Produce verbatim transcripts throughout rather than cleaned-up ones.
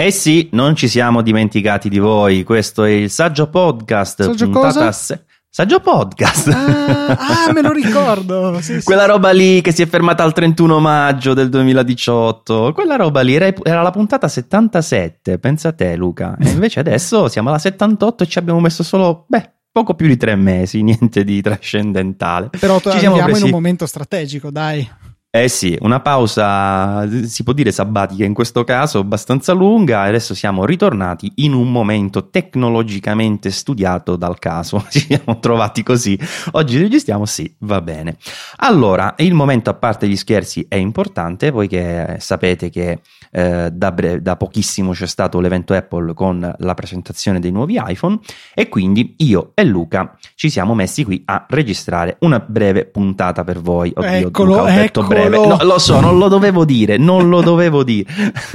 Eh sì, non ci siamo dimenticati di voi. Questo è il Saggio Podcast. Saggio cosa? Se- Saggio Podcast. Ah, ah, me lo ricordo. Sì, Quella sì. roba lì che si è fermata al trentuno maggio del duemiladiciotto. Quella roba lì era, era la puntata settantasette. Pensa a te, Luca. E invece adesso siamo alla settantotto e ci abbiamo messo solo, beh, poco più di tre mesi. Niente di trascendentale. Però ci siamo arriviamo presi... in un momento strategico, dai. Eh sì, una pausa, si può dire sabatica in questo caso, abbastanza lunga, e adesso siamo ritornati in un momento tecnologicamente studiato dal caso. Ci siamo trovati così. Oggi registriamo, sì, va bene. Allora, il momento, a parte gli scherzi, è importante, poiché sapete che eh, da, bre- da pochissimo c'è stato l'evento Apple con la presentazione dei nuovi iPhone, e quindi io e Luca ci siamo messi qui a registrare una breve puntata per voi. Oddio, Eccolo, Luca, ho detto eccolo. breve. No, lo so, non lo dovevo dire, non lo dovevo dire.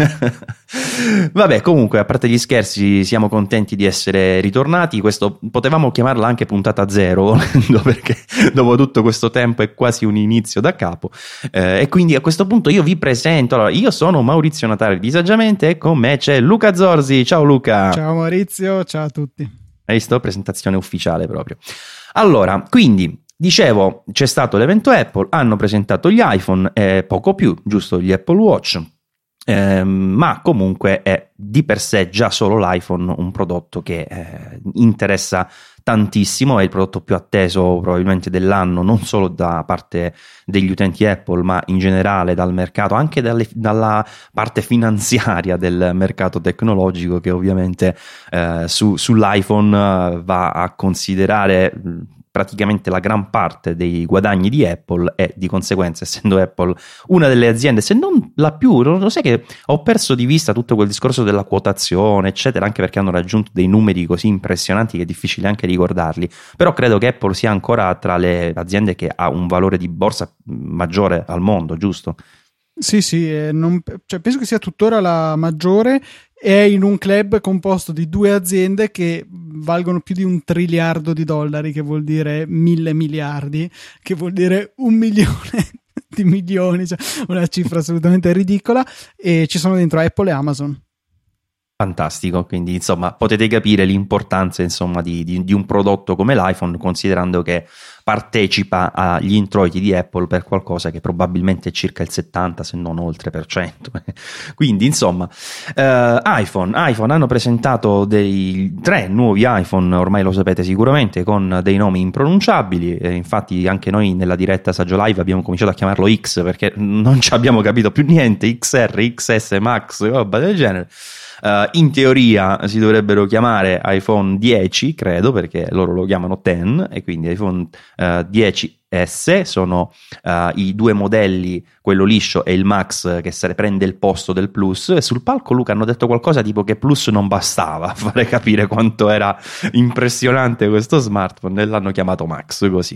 Vabbè, comunque, a parte gli scherzi, siamo contenti di essere ritornati. Questo potevamo chiamarla anche puntata zero, volendo, perché dopo tutto questo tempo è quasi un inizio da capo. Eh, e quindi a questo punto io vi presento. Allora, io sono Maurizio Natale di Saggiamente e con me c'è Luca Zorzi. Ciao Luca. Ciao Maurizio, ciao a tutti. Hai visto? Presentazione ufficiale proprio. Allora, quindi dicevo, c'è stato l'evento Apple, hanno presentato gli iPhone e poco più, giusto, gli Apple Watch, eh, ma comunque è di per sé già solo l'iPhone un prodotto che eh, interessa tantissimo, è il prodotto più atteso probabilmente dell'anno, non solo da parte degli utenti Apple, ma in generale dal mercato, anche dalle, dalla parte finanziaria del mercato tecnologico, che ovviamente eh, su, sull'iPhone va a considerare praticamente la gran parte dei guadagni di Apple, e di conseguenza, essendo Apple una delle aziende, se non la più, lo sai che ho perso di vista tutto quel discorso della quotazione eccetera, anche perché hanno raggiunto dei numeri così impressionanti che è difficile anche ricordarli, però credo che Apple sia ancora tra le aziende che ha un valore di borsa maggiore al mondo, giusto? Sì, sì, eh, non, cioè, penso che sia tuttora la maggiore. È in un club composto di due aziende che valgono più di un triliardo di dollari, che vuol dire mille miliardi, che vuol dire un milione di milioni, cioè una cifra assolutamente ridicola, e ci sono dentro Apple e Amazon. Fantastico, quindi insomma potete capire l'importanza insomma di, di, di un prodotto come l'iPhone, considerando che partecipa agli introiti di Apple per qualcosa che probabilmente è circa il settanta se non oltre per cento. Quindi insomma eh, iPhone, iPhone hanno presentato dei tre nuovi iPhone, ormai lo sapete sicuramente, con dei nomi impronunciabili, e infatti anche noi nella diretta Saggio Live abbiamo cominciato a chiamarlo X perché non ci abbiamo capito più niente. X R, X S Max, roba del genere. Uh, in teoria si dovrebbero chiamare iPhone dieci, credo, perché loro lo chiamano dieci, e quindi iPhone uh, dieci S sono uh, i due modelli, quello liscio e il Max, che se ne prende il posto del Plus. E sul palco, Luca, hanno detto qualcosa tipo che Plus non bastava a fare capire quanto era impressionante questo smartphone, e l'hanno chiamato Max così.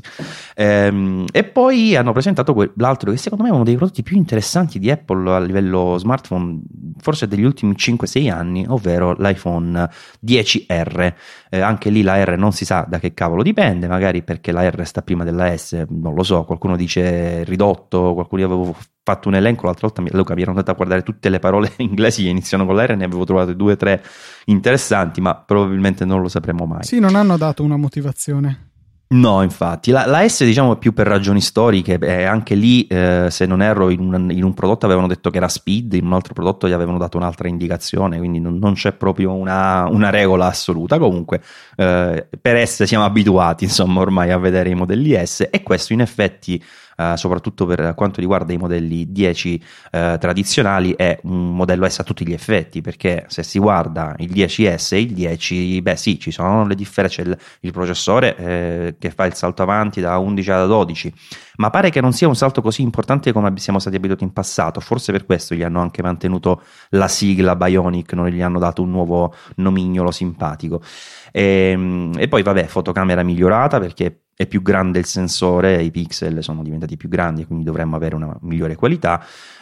Ehm, e poi hanno presentato que- l'altro, che secondo me è uno dei prodotti più interessanti di Apple a livello smartphone forse degli ultimi cinque sei anni, ovvero l'iPhone dieci R. Eh, anche lì la R non si sa da che cavolo dipende, magari perché la R sta prima della S, non lo so, qualcuno dice ridotto, qualcuno, io avevo fatto un elenco l'altra volta, Luca, mi ero andato a guardare tutte le parole inglesi che iniziano con la R, ne avevo trovate due o tre interessanti, ma probabilmente non lo sapremo mai. Sì, non hanno dato una motivazione. No, infatti, la, la S diciamo è più per ragioni storiche, e anche lì eh, se non erro in un, in un prodotto avevano detto che era Speed, in un altro prodotto gli avevano dato un'altra indicazione, quindi non, non c'è proprio una, una regola assoluta. Comunque eh, per S siamo abituati insomma ormai a vedere i modelli S, e questo in effetti Uh, soprattutto per quanto riguarda i modelli dieci uh, tradizionali è un modello S a tutti gli effetti, perché se si guarda il dieci S e il dieci, beh sì, ci sono le differenze, c'è il, il processore eh, che fa il salto avanti da undici a dodici, ma pare che non sia un salto così importante come siamo stati abituati in passato. Forse per questo gli hanno anche mantenuto la sigla Bionic, non gli hanno dato un nuovo nomignolo simpatico. E, e poi vabbè, fotocamera migliorata perché è più grande il sensore, i pixel sono diventati più grandi, quindi dovremmo avere una migliore qualità.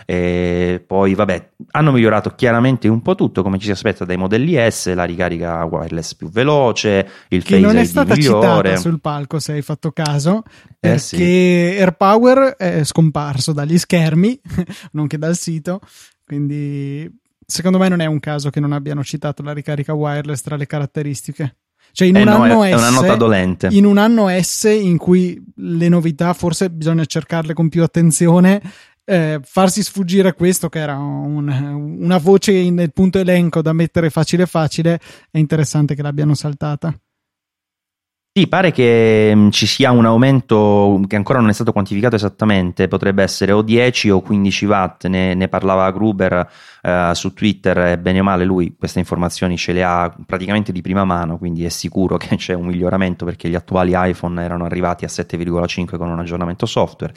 E poi vabbè, hanno migliorato chiaramente un po' tutto, come ci si aspetta dai modelli S, la ricarica wireless più veloce, il che Face non è I D stata migliore. citata sul palco, se hai fatto caso, Eh, perché sì. AirPower è scomparso dagli schermi nonché dal sito, quindi secondo me non è un caso che non abbiano citato la ricarica wireless tra le caratteristiche. Cioè in eh un no, anno è, S, è una nota dolente. In un anno S in cui le novità forse bisogna cercarle con più attenzione, eh, farsi sfuggire questo che era un, una voce nel punto elenco da mettere facile facile, è interessante che l'abbiano saltata. Sì, pare che mh, ci sia un aumento che ancora non è stato quantificato esattamente, potrebbe essere o dieci o quindici watt, ne, ne parlava Gruber eh, su Twitter, e bene o male lui queste informazioni ce le ha praticamente di prima mano, quindi è sicuro che c'è un miglioramento, perché gli attuali iPhone erano arrivati a sette virgola cinque con un aggiornamento software.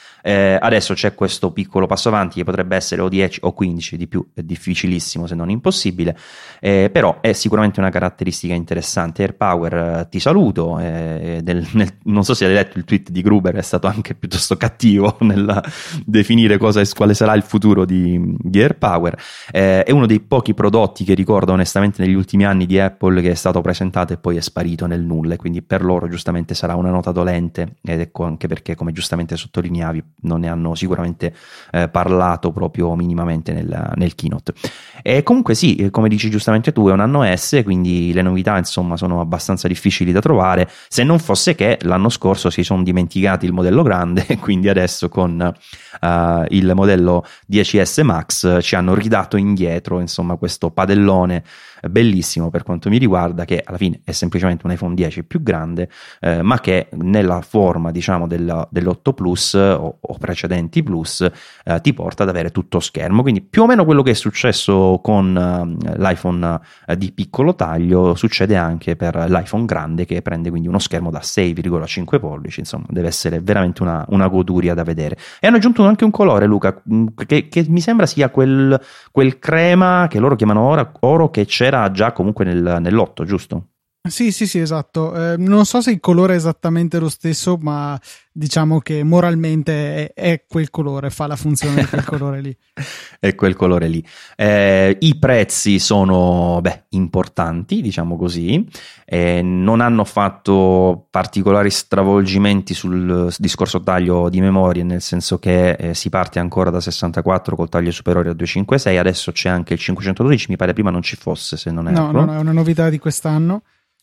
Eh, adesso c'è questo piccolo passo avanti che potrebbe essere o dieci o quindici, di più è difficilissimo se non impossibile, eh, però è sicuramente una caratteristica interessante. AirPower, eh, ti saluto, eh, del, nel, non so se hai letto il tweet di Gruber, è stato anche piuttosto cattivo nel definire cosa, quale sarà il futuro di, di AirPower. Eh, è uno dei pochi prodotti che ricordo onestamente negli ultimi anni di Apple che è stato presentato e poi è sparito nel nulla, e quindi per loro giustamente sarà una nota dolente, ed ecco anche perché, come giustamente sottolineavi, non ne hanno sicuramente eh, parlato proprio minimamente nel, nel keynote. E comunque sì, come dici giustamente tu, è un anno S, quindi le novità insomma sono abbastanza difficili da trovare, se non fosse che l'anno scorso si sono dimenticati il modello grande e quindi adesso con uh, il modello dieci S Max ci hanno ridato indietro insomma questo padellone bellissimo per quanto mi riguarda, che alla fine è semplicemente un iPhone dieci più grande, eh, ma che nella forma diciamo del, dell'otto Plus o, o precedenti Plus eh, ti porta ad avere tutto schermo, quindi più o meno quello che è successo con uh, l'iPhone uh, di piccolo taglio succede anche per l'iPhone grande, che prende quindi uno schermo da sei virgola cinque pollici, insomma deve essere veramente una, una goduria da vedere. E hanno aggiunto anche un colore, Luca, che, che mi sembra sia quel, quel crema che loro chiamano ora, oro, che c'è era già comunque nel, nell'otto, giusto? Sì, sì, sì, esatto. Eh, non so se il colore è esattamente lo stesso, ma diciamo che moralmente è, è quel colore, fa la funzione di quel colore lì. È quel colore lì. Eh, I prezzi sono, beh, importanti, diciamo così. Eh, non hanno fatto particolari stravolgimenti sul discorso taglio di memoria, nel senso che eh, si parte ancora da sessantaquattro col taglio superiore a duecentocinquantasei, adesso c'è anche il cinquecentododici, mi pare prima non ci fosse, se non erro. No, no, è una novità di quest'anno.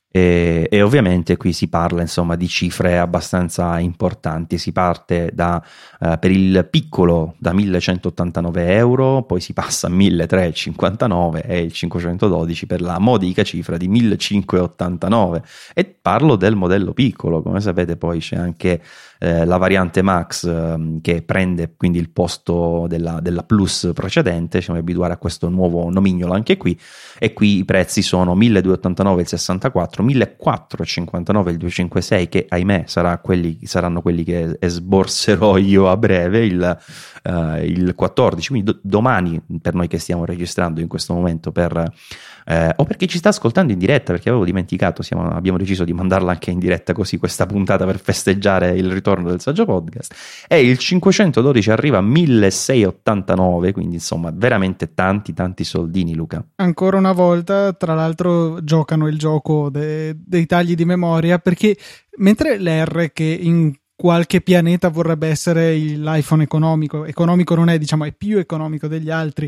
E, e ovviamente qui si parla insomma di cifre abbastanza importanti. Si parte da eh, per il piccolo da millecentottantanove euro, poi si passa a milletrecentocinquantanove e il cinquecentododici per la modica cifra di millecinquecentottantanove, e parlo del modello piccolo. Come sapete poi c'è anche eh, la variante Max eh, che prende quindi il posto della, della Plus precedente. Ci siamo abituati a questo nuovo nomignolo anche qui, e qui i prezzi sono milleduecentoottantanove il sessantaquattro, millequattrocentocinquantanove il duecentocinquantasei, che ahimè sarà quelli, saranno quelli che sborserò io a breve, il, uh, il quattordici, quindi do, domani per noi che stiamo registrando in questo momento, per eh, o perché ci sta ascoltando in diretta, perché avevo dimenticato, siamo, abbiamo deciso di mandarla anche in diretta così questa puntata per festeggiare il ritorno del Saggio Podcast, e il cinquecentododici arriva a milleseicentottantanove, quindi insomma veramente tanti tanti soldini, Luca. Ancora una volta, tra l'altro, giocano il gioco de- dei tagli di memoria, perché mentre l'R, che in qualche pianeta vorrebbe essere l'iPhone economico, economico non è, diciamo, è più economico degli altri,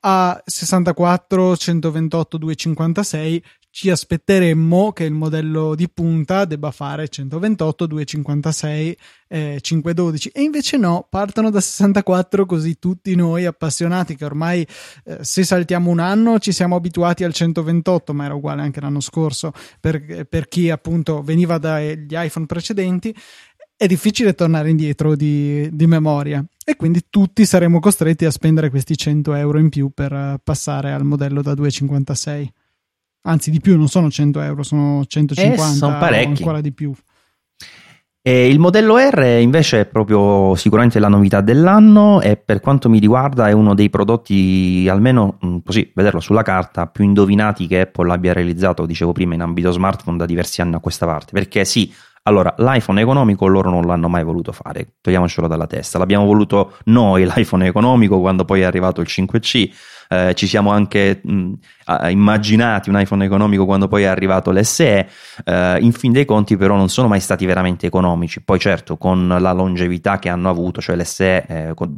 a sessantaquattro, centoventotto, duecentocinquantasei, ci aspetteremmo che il modello di punta debba fare centoventotto, duecentocinquantasei, eh, cinquecentododici, e invece no, partono da sessantaquattro, così tutti noi appassionati che ormai eh, se saltiamo un anno ci siamo abituati al centoventotto, ma era uguale anche l'anno scorso per, per chi appunto veniva dagli iPhone precedenti, è difficile tornare indietro di, di memoria, e quindi tutti saremo costretti a spendere questi cento euro in più per passare al modello da duecentocinquantasei. Anzi, di più, non sono cento euro, sono centocinquanta, eh, sono parecchi, o ancora di più. E il modello R invece è proprio sicuramente la novità dell'anno, e per quanto mi riguarda è uno dei prodotti, almeno così vederlo sulla carta, più indovinati che Apple abbia realizzato, dicevo prima, in ambito smartphone da diversi anni a questa parte. Perché sì, allora l'iPhone economico loro non l'hanno mai voluto fare, togliamocelo dalla testa, l'abbiamo voluto noi l'iPhone economico quando poi è arrivato il cinque C. Eh, ci siamo anche mh, immaginati un iPhone economico quando poi è arrivato l'S E. Eh, in fin dei conti però non sono mai stati veramente economici. Poi certo, con la longevità che hanno avuto, cioè l'S E eh, con,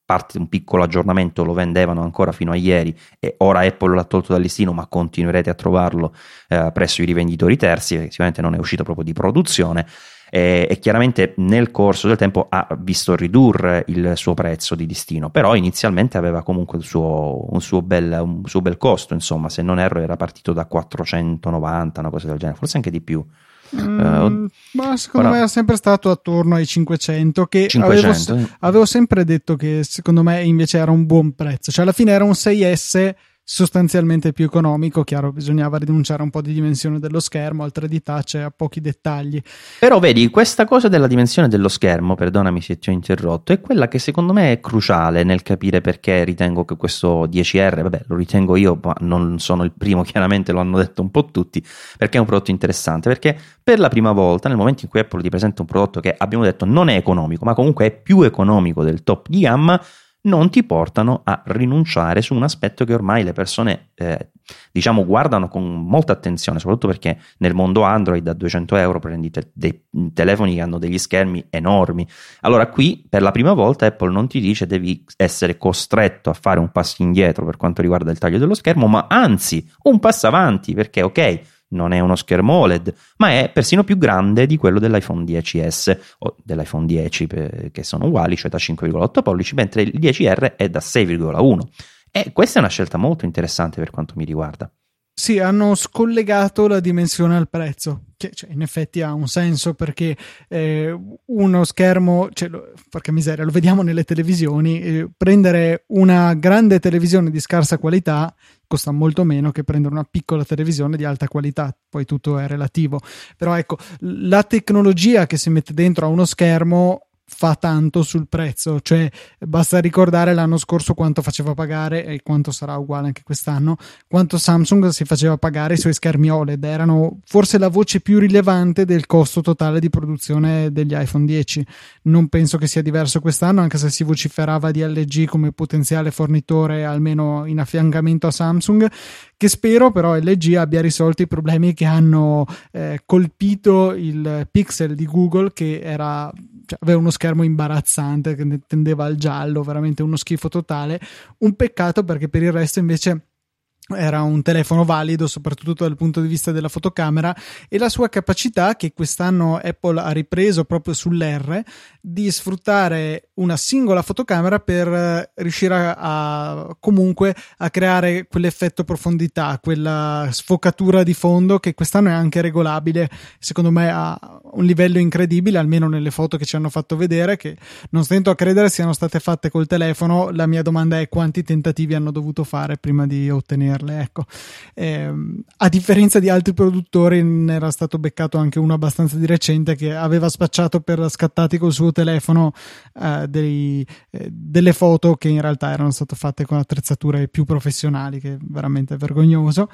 parte un piccolo aggiornamento lo vendevano ancora fino a ieri e ora Apple l'ha tolto dal listino, ma continuerete a trovarlo eh, presso i rivenditori terzi, perché sicuramente non è uscito proprio di produzione. E, e chiaramente nel corso del tempo ha visto ridurre il suo prezzo di listino, però inizialmente aveva comunque il suo, un, suo bel, un suo bel costo, insomma, se non erro era partito da quattrocentonovanta, una cosa del genere, forse anche di più. Mm, uh, ma secondo ora, me è sempre stato attorno ai cinquecento, che cinquecento. Avevo, avevo sempre detto che secondo me invece era un buon prezzo, cioè alla fine era un sei S sostanzialmente più economico. Chiaro, bisognava rinunciare a un po' di dimensione dello schermo, al tre D touch e a pochi dettagli. Però vedi, questa cosa della dimensione dello schermo, perdonami se ti ho interrotto, è quella che secondo me è cruciale nel capire perché ritengo che questo dieci R, vabbè, lo ritengo io, ma non sono il primo, chiaramente lo hanno detto un po' tutti, perché è un prodotto interessante, perché per la prima volta nel momento in cui Apple ti presenta un prodotto che abbiamo detto non è economico, ma comunque è più economico del top di gamma, non ti portano a rinunciare su un aspetto che ormai le persone eh, diciamo guardano con molta attenzione, soprattutto perché nel mondo Android a duecento euro prendi te- dei telefoni che hanno degli schermi enormi. Allora qui per la prima volta Apple non ti dice devi essere costretto a fare un passo indietro per quanto riguarda il taglio dello schermo, ma anzi un passo avanti, perché ok, non è uno schermo O L E D, ma è persino più grande di quello dell'iPhone dieci S o dell'iPhone dieci, che sono uguali, cioè da cinque virgola otto pollici, mentre il dieci R è da sei virgola uno. E questa è una scelta molto interessante per quanto mi riguarda. Sì, hanno scollegato la dimensione al prezzo, che cioè, in effetti ha un senso, perché eh, uno schermo, cioè, lo, porca miseria, lo vediamo nelle televisioni, eh, prendere una grande televisione di scarsa qualità costa molto meno che prendere una piccola televisione di alta qualità, poi tutto è relativo. Però ecco, la tecnologia che si mette dentro a uno schermo fa tanto sul prezzo, cioè basta ricordare l'anno scorso quanto faceva pagare, e quanto sarà uguale anche quest'anno, quanto Samsung si faceva pagare i suoi schermi O L E D. Erano forse la voce più rilevante del costo totale di produzione degli iPhone dieci. Non penso che sia diverso quest'anno, anche se si vociferava di L G come potenziale fornitore almeno in affiancamento a Samsung, che spero però L G abbia risolto i problemi che hanno eh, colpito il Pixel di Google, che era, cioè, aveva uno schermo imbarazzante che tendeva al giallo, veramente uno schifo totale. Un peccato, perché per il resto invece era un telefono valido, soprattutto dal punto di vista della fotocamera, e la sua capacità, che quest'anno Apple ha ripreso proprio sull'R, di sfruttare una singola fotocamera per riuscire a, a comunque a creare quell'effetto profondità, quella sfocatura di fondo che quest'anno è anche regolabile, secondo me a un livello incredibile, almeno nelle foto che ci hanno fatto vedere, che non stento a credere siano state fatte col telefono. La mia domanda è: quanti tentativi hanno dovuto fare prima di ottenere? Ecco, eh, a differenza di altri produttori, ne era stato beccato anche uno abbastanza di recente che aveva spacciato per scattati col suo telefono eh, dei, eh, delle foto che in realtà erano state fatte con attrezzature più professionali, che è veramente vergognoso.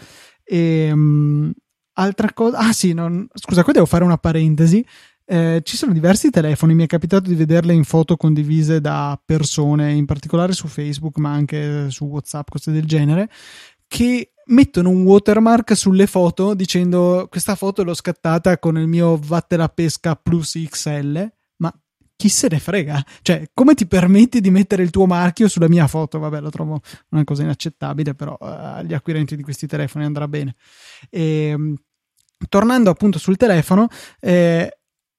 E um, altra cosa, ah sì, non, scusa, qui devo fare una parentesi. Eh, ci sono diversi telefoni, mi è capitato di vederle in foto condivise da persone, in particolare su Facebook, ma anche su WhatsApp, cose del genere, che mettono un watermark sulle foto dicendo: questa foto l'ho scattata con il mio Vatte la Pesca Plus X L. Ma chi se ne frega? Cioè, come ti permetti di mettere il tuo marchio sulla mia foto? Vabbè, lo trovo una cosa inaccettabile, però uh, agli acquirenti di questi telefoni andrà bene. E, tornando appunto sul telefono, eh,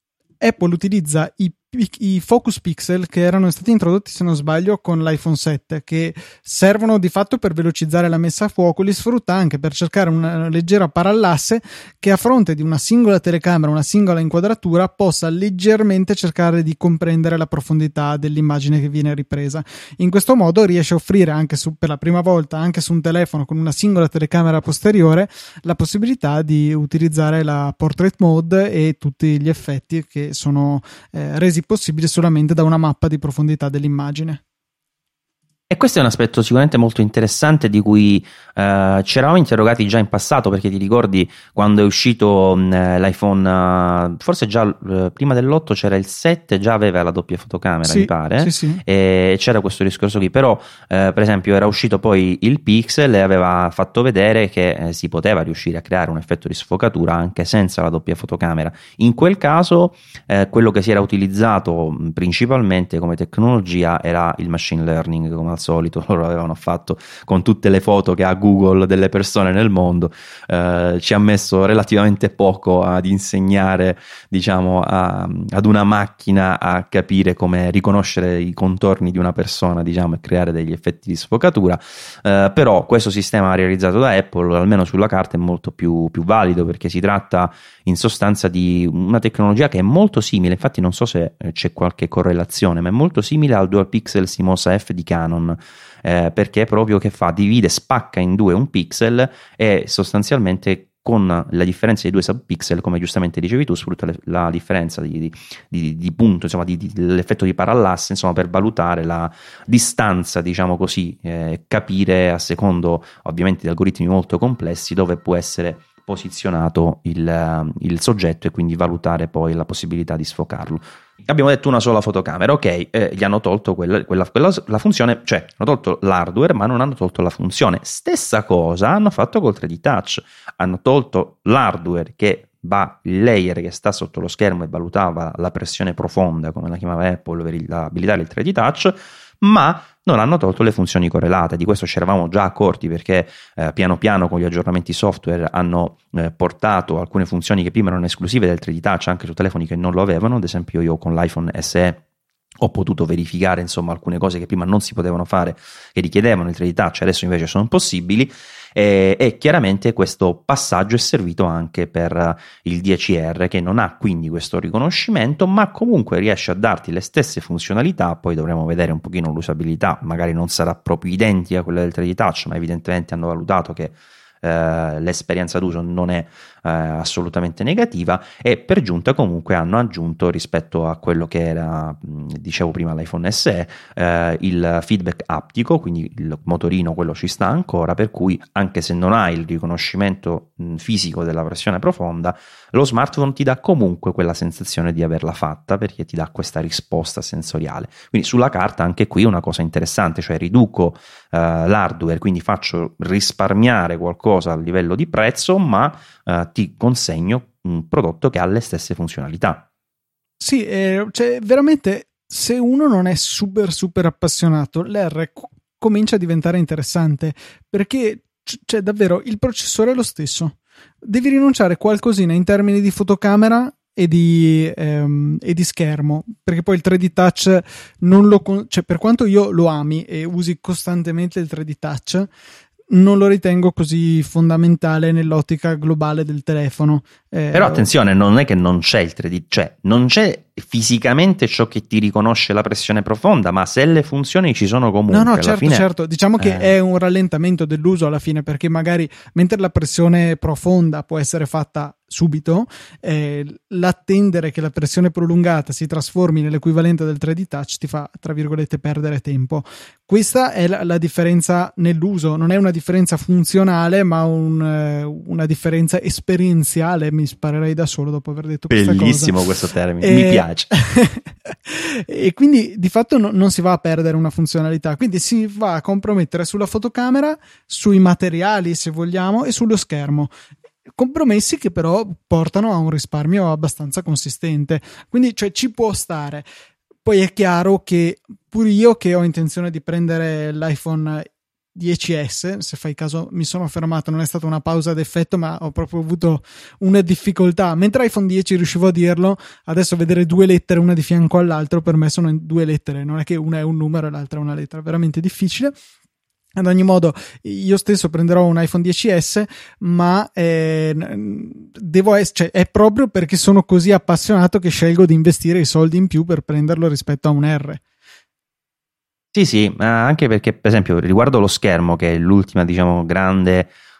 Apple utilizza i i Focus Pixel che erano stati introdotti, se non sbaglio, con l'iPhone sette, che servono di fatto per velocizzare la messa a fuoco. Li sfrutta anche per cercare una leggera parallasse che, a fronte di una singola telecamera, una singola inquadratura, possa leggermente cercare di comprendere la profondità dell'immagine che viene ripresa. In questo modo riesce a offrire anche su, per la prima volta, anche su un telefono con una singola telecamera posteriore, la possibilità di utilizzare la Portrait Mode e tutti gli effetti che sono eh, resi possibile solamente da una mappa di profondità dell'immagine. E questo è un aspetto sicuramente molto interessante di cui eh, ci eravamo interrogati già in passato, perché ti ricordi quando è uscito mh, l'iPhone, uh, forse già uh, prima dell'otto c'era il sette, già aveva la doppia fotocamera, sì, mi pare, sì, sì. e c'era questo discorso qui, però eh, per esempio era uscito poi il Pixel e aveva fatto vedere che eh, si poteva riuscire a creare un effetto di sfocatura anche senza la doppia fotocamera. In quel caso eh, quello che si era utilizzato mh, principalmente come tecnologia era il machine learning, come al solito loro avevano fatto con tutte le foto che ha Google delle persone nel mondo. Eh, ci ha messo relativamente poco ad insegnare, diciamo, a, ad una macchina a capire come riconoscere i contorni di una persona, diciamo, e creare degli effetti di sfocatura. Eh, però questo sistema realizzato da Apple, almeno sulla carta, è molto più, più valido, perché si tratta in sostanza di una tecnologia che è molto simile, infatti non so se c'è qualche correlazione, ma è molto simile al Dual Pixel CMOS F di Canon, eh, perché proprio che fa? Divide, spacca in due un pixel e sostanzialmente con la differenza dei due subpixel, come giustamente dicevi tu, sfrutta le, la differenza di, di, di, di punto, insomma, di, di, l'effetto di parallasse, insomma, per valutare la distanza, diciamo così, eh, capire a secondo ovviamente di algoritmi molto complessi dove può essere posizionato il, il soggetto e quindi valutare poi la possibilità di sfocarlo. Abbiamo detto una sola fotocamera, ok, eh, gli hanno tolto quella, quella, quella, la funzione, cioè hanno tolto l'hardware ma non hanno tolto la funzione. Stessa cosa hanno fatto col tre D Touch, hanno tolto l'hardware che va, il layer che sta sotto lo schermo e valutava la pressione profonda, come la chiamava Apple, per abilitare il tre D Touch, ma non hanno tolto le funzioni correlate. Di questo ci eravamo già accorti, perché eh, piano piano con gli aggiornamenti software hanno eh, portato alcune funzioni che prima erano esclusive del tre D Touch anche su telefoni che non lo avevano. Ad esempio io con l'iPhone S E ho potuto verificare, insomma, alcune cose che prima non si potevano fare, che richiedevano il tre D Touch, adesso invece sono possibili. E, e chiaramente questo passaggio è servito anche per il dieci R, che non ha quindi questo riconoscimento, ma comunque riesce a darti le stesse funzionalità. Poi dovremo vedere un pochino l'usabilità, magari non sarà proprio identica a quella del tre D Touch, ma evidentemente hanno valutato che Uh, l'esperienza d'uso non è uh, assolutamente negativa, e per giunta comunque hanno aggiunto, rispetto a quello che era, dicevo prima, l'iPhone S E, uh, il feedback aptico, quindi il motorino, quello ci sta ancora, per cui anche se non hai il riconoscimento mh, fisico della pressione profonda, lo smartphone ti dà comunque quella sensazione di averla fatta, perché ti dà questa risposta sensoriale. Quindi sulla carta anche qui una cosa interessante, cioè riduco uh, l'hardware, quindi faccio risparmiare qualcosa a livello di prezzo, ma uh, ti consegno un prodotto che ha le stesse funzionalità. Sì, eh, cioè veramente, se uno non è super super appassionato, l'R co- comincia a diventare interessante, perché c- cioè davvero il processore è lo stesso, devi rinunciare qualcosina in termini di fotocamera e di, ehm, e di schermo, perché poi il tre D Touch non lo con- cioè per quanto io lo ami e usi costantemente il tre D Touch, non lo ritengo così fondamentale nell'ottica globale del telefono. Eh, Però attenzione, non è che non c'è il tre D, cioè non c'è fisicamente ciò che ti riconosce la pressione profonda, ma se le funzioni ci sono comunque. No, no, alla certo, fine, certo. Diciamo eh... che è un rallentamento dell'uso alla fine, perché magari mentre la pressione profonda può essere fatta subito, eh, l'attendere che la pressione prolungata si trasformi nell'equivalente del tre D Touch ti fa, tra virgolette, perdere tempo. Questa è la, la differenza nell'uso, non è una differenza funzionale, ma un, eh, una differenza esperienziale. Mi sparerei da solo dopo aver detto questa cosa. Bellissimo questo termine, e... mi piace. E quindi di fatto no, non si va a perdere una funzionalità, quindi si va a compromettere sulla fotocamera, sui materiali se vogliamo, e sullo schermo. Compromessi che però portano a un risparmio abbastanza consistente, quindi cioè ci può stare. Poi è chiaro che pure io, che ho intenzione di prendere l'iPhone dieci S, se fai caso mi sono fermato, non è stata una pausa d'effetto, ma ho proprio avuto una difficoltà. Mentre iPhone dieci riuscivo a dirlo, adesso vedere due lettere una di fianco all'altro, per me sono due lettere, non è che una è un numero e l'altra è una lettera, veramente difficile. Ad ogni modo, io stesso prenderò un iPhone dieci S, ma eh, devo essere, cioè, è proprio perché sono così appassionato che scelgo di investire i soldi in più per prenderlo rispetto a un R. Sì, sì, anche perché, per esempio, riguardo lo schermo, che è l'ultima, diciamo, grande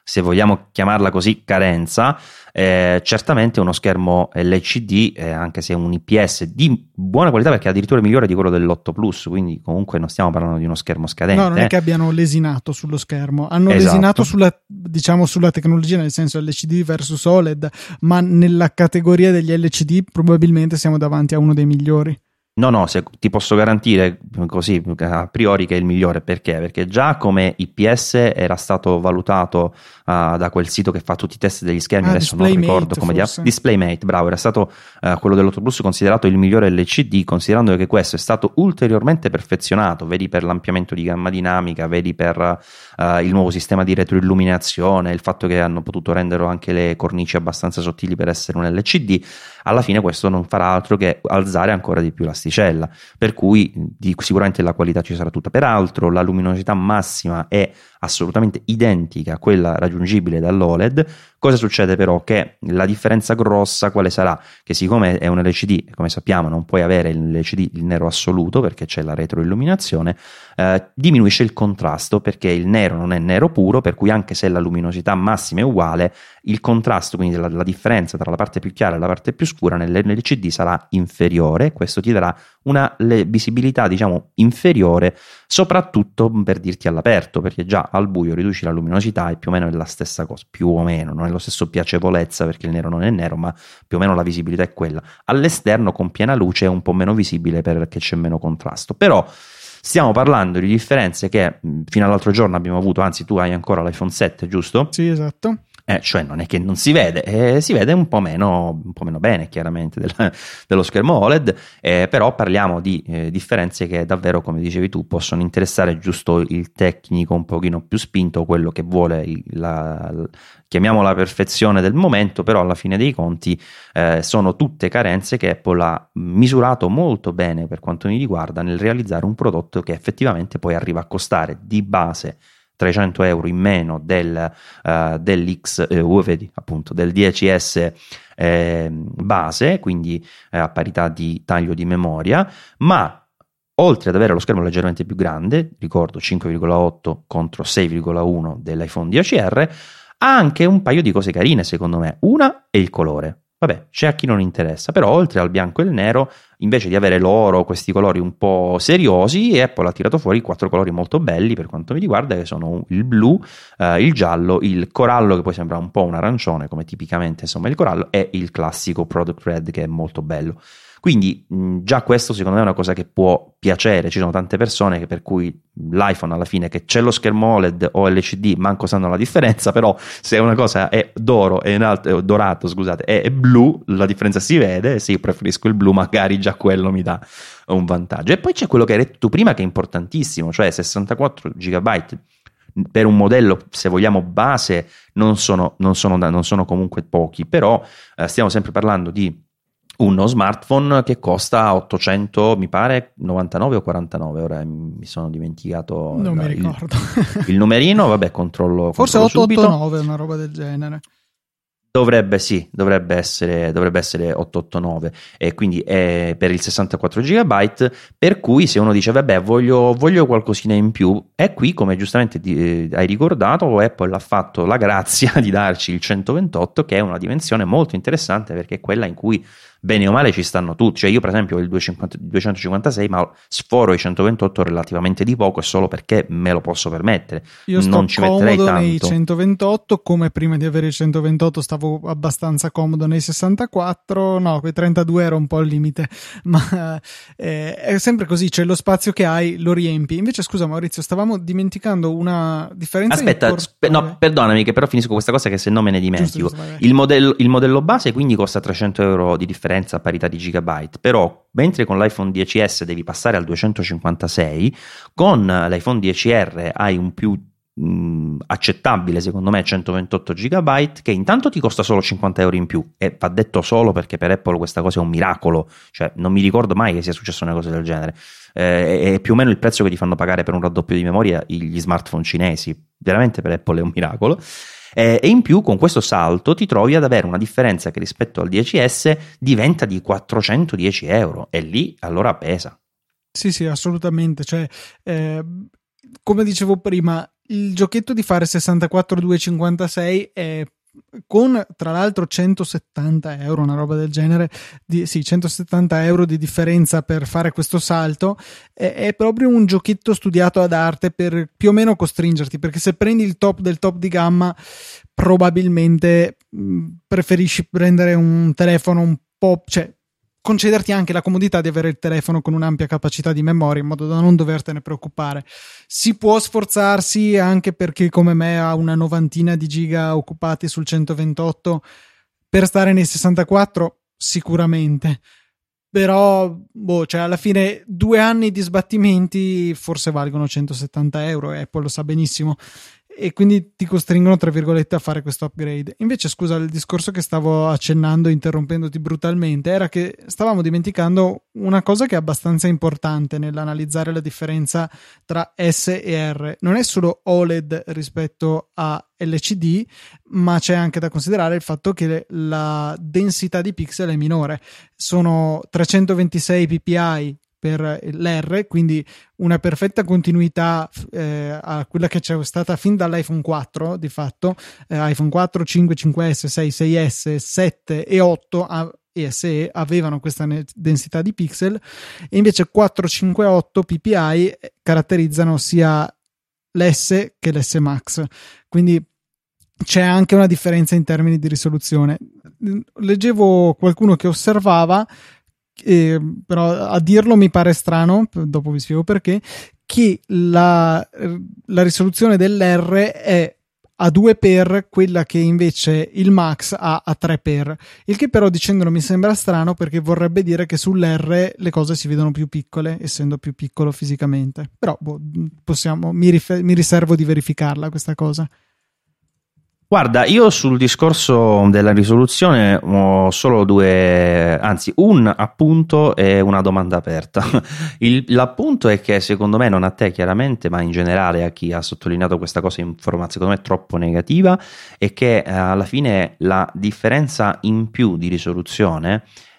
se vogliamo chiamarla così, carenza, eh, certamente uno schermo L C D, eh, anche se un I P S di buona qualità, perché è addirittura migliore di quello dell'otto Plus, quindi comunque non stiamo parlando di uno schermo scadente. No, non è eh. che abbiano lesinato sullo schermo, hanno Esatto. lesinato sulla, diciamo, sulla tecnologia, nel senso L C D versus O L E D, ma nella categoria degli L C D probabilmente siamo davanti a uno dei migliori. No, no, se, ti posso garantire così a priori che è il migliore. Perché? Perché già come I P S era stato valutato uh, da quel sito che fa tutti i test degli schermi, ah, adesso non ricordo come dia- DisplayMate, bravo, era stato uh, quello dell'otto Plus considerato il migliore L C D, considerando che questo è stato ulteriormente perfezionato, vedi per l'ampliamento di gamma dinamica, vedi per uh, il nuovo sistema di retroilluminazione, il fatto che hanno potuto rendere anche le cornici abbastanza sottili per essere un L C D. Alla fine questo non farà altro che alzare ancora di più l'asticella, per cui di, sicuramente la qualità ci sarà tutta. Peraltro la luminosità massima è assolutamente identica a quella raggiungibile dall'O L E D. Cosa succede però? Che la differenza grossa quale sarà? Che siccome è un L C D, come sappiamo non puoi avere il L C D il nero assoluto perché c'è la retroilluminazione, eh, diminuisce il contrasto, perché il nero non è nero puro, per cui anche se la luminosità massima è uguale, il contrasto, quindi la, la differenza tra la parte più chiara e la parte più scura nell'L C D sarà inferiore. Questo ti darà una visibilità diciamo inferiore, soprattutto per dirti all'aperto, perché già al buio riduci la luminosità e più o meno è la stessa cosa, più o meno, non è lo stesso piacevolezza perché il nero non è nero, ma più o meno la visibilità è quella. All'esterno con piena luce è un po' meno visibile perché c'è meno contrasto, però stiamo parlando di differenze che fino all'altro giorno abbiamo avuto, anzi tu hai ancora l'iPhone sette, giusto? Sì, esatto. Eh, cioè non è che non si vede, eh, si vede un po' meno, un po' meno bene chiaramente del, dello schermo O L E D, eh, però parliamo di eh, differenze che davvero, come dicevi tu, possono interessare giusto il tecnico un pochino più spinto, quello che vuole il, la, la, chiamiamola la perfezione del momento, però alla fine dei conti eh, sono tutte carenze che Apple ha misurato molto bene per quanto mi riguarda nel realizzare un prodotto che effettivamente poi arriva a costare di base trecento euro in meno del, uh, dell'X, eh, vedi, appunto, del D C S eh, base, quindi eh, a parità di taglio di memoria, ma oltre ad avere lo schermo leggermente più grande, ricordo cinque virgola otto contro sei virgola uno dell'iPhone dieci R, ha anche un paio di cose carine secondo me. Una è il colore. Vabbè, c'è a chi non interessa, però oltre al bianco e il nero, invece di avere l'oro, questi colori un po' seriosi, Apple ha tirato fuori quattro colori molto belli per quanto mi riguarda, che sono il blu, eh, il giallo, il corallo, che poi sembra un po' un arancione come tipicamente insomma il corallo, e il classico Product Red, che è molto bello. Quindi mh, già questo secondo me è una cosa che può piacere. Ci sono tante persone che per cui l'iPhone alla fine, che c'è lo schermo O L E D o L C D, manco sanno la differenza, però se una cosa è d'oro e un'altra dorato, scusate, è, è blu, la differenza si vede. Sì, preferisco il blu, magari già quello mi dà un vantaggio. E poi c'è quello che hai detto tu prima, che è importantissimo, cioè sessantaquattro giga per un modello, se vogliamo, base, non sono, non sono, non sono comunque pochi, però eh, stiamo sempre parlando di uno smartphone che costa ottocento, mi pare novantanove o quarantanove, ora mi sono dimenticato non la, mi ricordo il, il numerino, vabbè, controllo, forse controllo ottocentottantanove, una roba del genere. Dovrebbe sì, dovrebbe essere, dovrebbe essere ottocentottantanove, e quindi è per il sessantaquattro giga, per cui se uno dice vabbè voglio, voglio qualcosina in più, è qui, come giustamente di, eh, hai ricordato, Apple ha fatto la grazia di darci il centoventotto, che è una dimensione molto interessante perché è quella in cui bene o male ci stanno tutti. Cioè io per esempio ho il duecentocinquantasei, ma sforo i centoventotto relativamente di poco, e solo perché me lo posso permettere. Io sto non ci metterei comodo tanto nei centoventotto, come prima di avere il centoventotto stavo abbastanza comodo nei sessantaquattro, no, quei trentadue era un po' il limite, ma eh, è sempre così, cioè lo spazio che hai lo riempi. Invece scusa Maurizio, stavamo dimenticando una differenza. Aspetta, import- spe- no, perdonami che però finisco questa cosa, che se no me ne dimentico. Giusto, giusto, il, modello, il modello base quindi costa trecento euro di differenza a parità di gigabyte, però mentre con l'iPhone dieci S devi passare al duecentocinquantasei, con l'iPhone dieci R hai un più mh, accettabile secondo me centoventotto giga, che intanto ti costa solo cinquanta euro in più, e va detto solo perché per Apple questa cosa è un miracolo, cioè non mi ricordo mai che sia successa una cosa del genere. Eh, è più o meno il prezzo che ti fanno pagare per un raddoppio di memoria gli smartphone cinesi, veramente per Apple è un miracolo. E in più con questo salto ti trovi ad avere una differenza che rispetto al dieci S diventa di quattrocentodieci euro, e lì allora pesa. Sì, sì, assolutamente. Cioè, eh, come dicevo prima, il giochetto di fare sessantaquattro duecentocinquantasei è con tra l'altro centosettanta euro, una roba del genere, di, sì, centosettanta euro di differenza per fare questo salto, è, è proprio un giochetto studiato ad arte per più o meno costringerti, perché se prendi il top del top di gamma probabilmente mh, preferisci prendere un telefono un po', cioè concederti anche la comodità di avere il telefono con un'ampia capacità di memoria in modo da non dovertene preoccupare. Si può sforzarsi anche perché come me ha una novantina di giga occupati sul centoventotto, per stare nei sessantaquattro sicuramente, però boh, cioè alla fine due anni di sbattimenti forse valgono centosettanta euro, Apple lo sa benissimo, e quindi ti costringono tra virgolette a fare questo upgrade. Invece scusa, il discorso che stavo accennando interrompendoti brutalmente era che stavamo dimenticando una cosa che è abbastanza importante nell'analizzare la differenza tra S e R. Non è solo O L E D rispetto a L C D, ma c'è anche da considerare il fatto che la densità di pixel è minore, sono trecentoventisei ppi per l'R, quindi una perfetta continuità eh, a quella che c'è stata fin dall'iPhone quattro, di fatto eh, iPhone quattro, cinque, cinque S, sei, sei S, sette e otto a, e S E avevano questa ne- densità di pixel, e invece quattrocentocinquantotto ppi caratterizzano sia l'S che l'S Max, quindi c'è anche una differenza in termini di risoluzione. Leggevo qualcuno che osservava, Eh, però a dirlo mi pare strano, dopo vi spiego perché, che la, la risoluzione dell'R è a due per quella che invece il Max ha a tre per, il che però dicendolo mi sembra strano, perché vorrebbe dire che sull'R le cose si vedono più piccole essendo più piccolo fisicamente, però boh, possiamo, mi, rifer- mi riservo di verificarla questa cosa. Guarda, io sul discorso della risoluzione ho solo due, anzi un appunto e una domanda aperta. Il, l'appunto è che secondo me, non a te chiaramente, ma in generale a chi ha sottolineato questa cosa in forma secondo me troppo negativa, è che eh, alla fine la differenza in più di risoluzione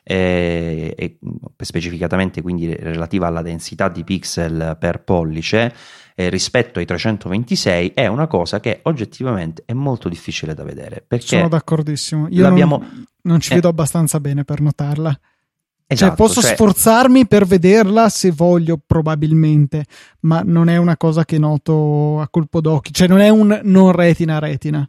e, e specificatamente quindi relativa alla densità di pixel per pollice eh, rispetto ai trecentoventisei è una cosa che oggettivamente è molto difficile da vedere, perché sono d'accordissimo, io l'abbiamo, non, non ci eh, vedo abbastanza bene per notarla. esatto, Cioè, posso cioè, sforzarmi per vederla se voglio, probabilmente, ma non è una cosa che noto a colpo d'occhio, cioè non è un non retina retina.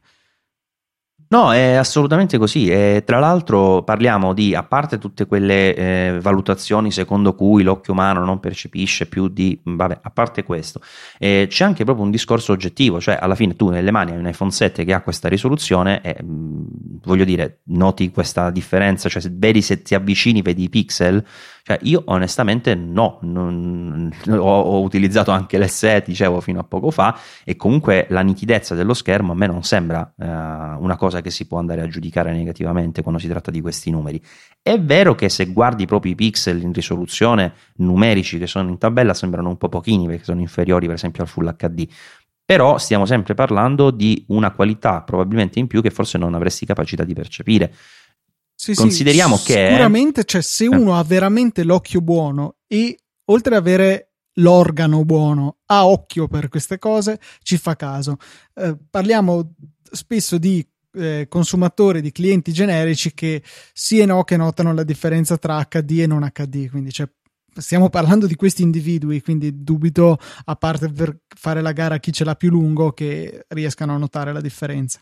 no, è assolutamente così, e tra l'altro parliamo di, a parte tutte quelle eh, valutazioni secondo cui l'occhio umano non percepisce più di, vabbè, a parte questo, eh, c'è anche proprio un discorso oggettivo, cioè alla fine tu nelle mani hai un iPhone sette che ha questa risoluzione e mh, voglio dire, noti questa differenza, cioè se vedi, se ti avvicini vedi i pixel, cioè io onestamente no, non, ho, ho utilizzato anche l'S E, dicevo fino a poco fa, e comunque la nitidezza dello schermo a me non sembra eh, una cosa che si può andare a giudicare negativamente quando si tratta di questi numeri. È vero che se guardi proprio i pixel in risoluzione numerici che sono in tabella sembrano un po' pochini, perché sono inferiori per esempio al Full H D, però stiamo sempre parlando di una qualità probabilmente in più che forse non avresti capacità di percepire. Sì, Consideriamo sì, che sicuramente, cioè, se uno ha veramente l'occhio buono e oltre ad avere l'organo buono ha occhio per queste cose, ci fa caso. Eh, parliamo spesso di eh, consumatori, di clienti generici che sì e no che notano la differenza tra H D e non H D, quindi cioè, stiamo parlando di questi individui, quindi dubito, a parte per fare la gara a chi ce l'ha più lungo, che riescano a notare la differenza.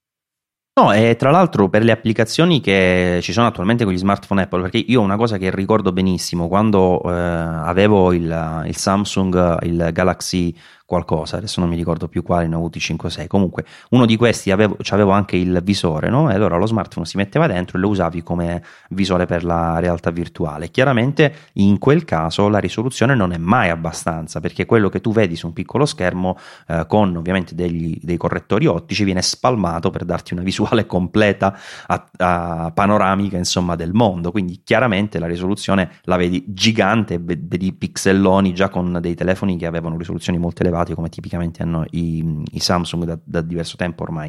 No, e tra l'altro per le applicazioni che ci sono attualmente con gli smartphone Apple, perché io una cosa che ricordo benissimo quando eh, avevo il, il Samsung, il Galaxy qualcosa, adesso non mi ricordo più quale, ne ho avuti cinque sei, comunque uno di questi avevo, c'avevo anche il visore, no? E allora lo smartphone si metteva dentro e lo usavi come visore per la realtà virtuale. Chiaramente in quel caso la risoluzione non è mai abbastanza, perché quello che tu vedi su un piccolo schermo eh, con ovviamente degli, dei correttori ottici viene spalmato per darti una visuale completa a, a panoramica insomma del mondo, quindi chiaramente la risoluzione la vedi gigante, vedi pixelloni già con dei telefoni che avevano risoluzioni molto elevate come tipicamente hanno i, i Samsung da, da diverso tempo ormai.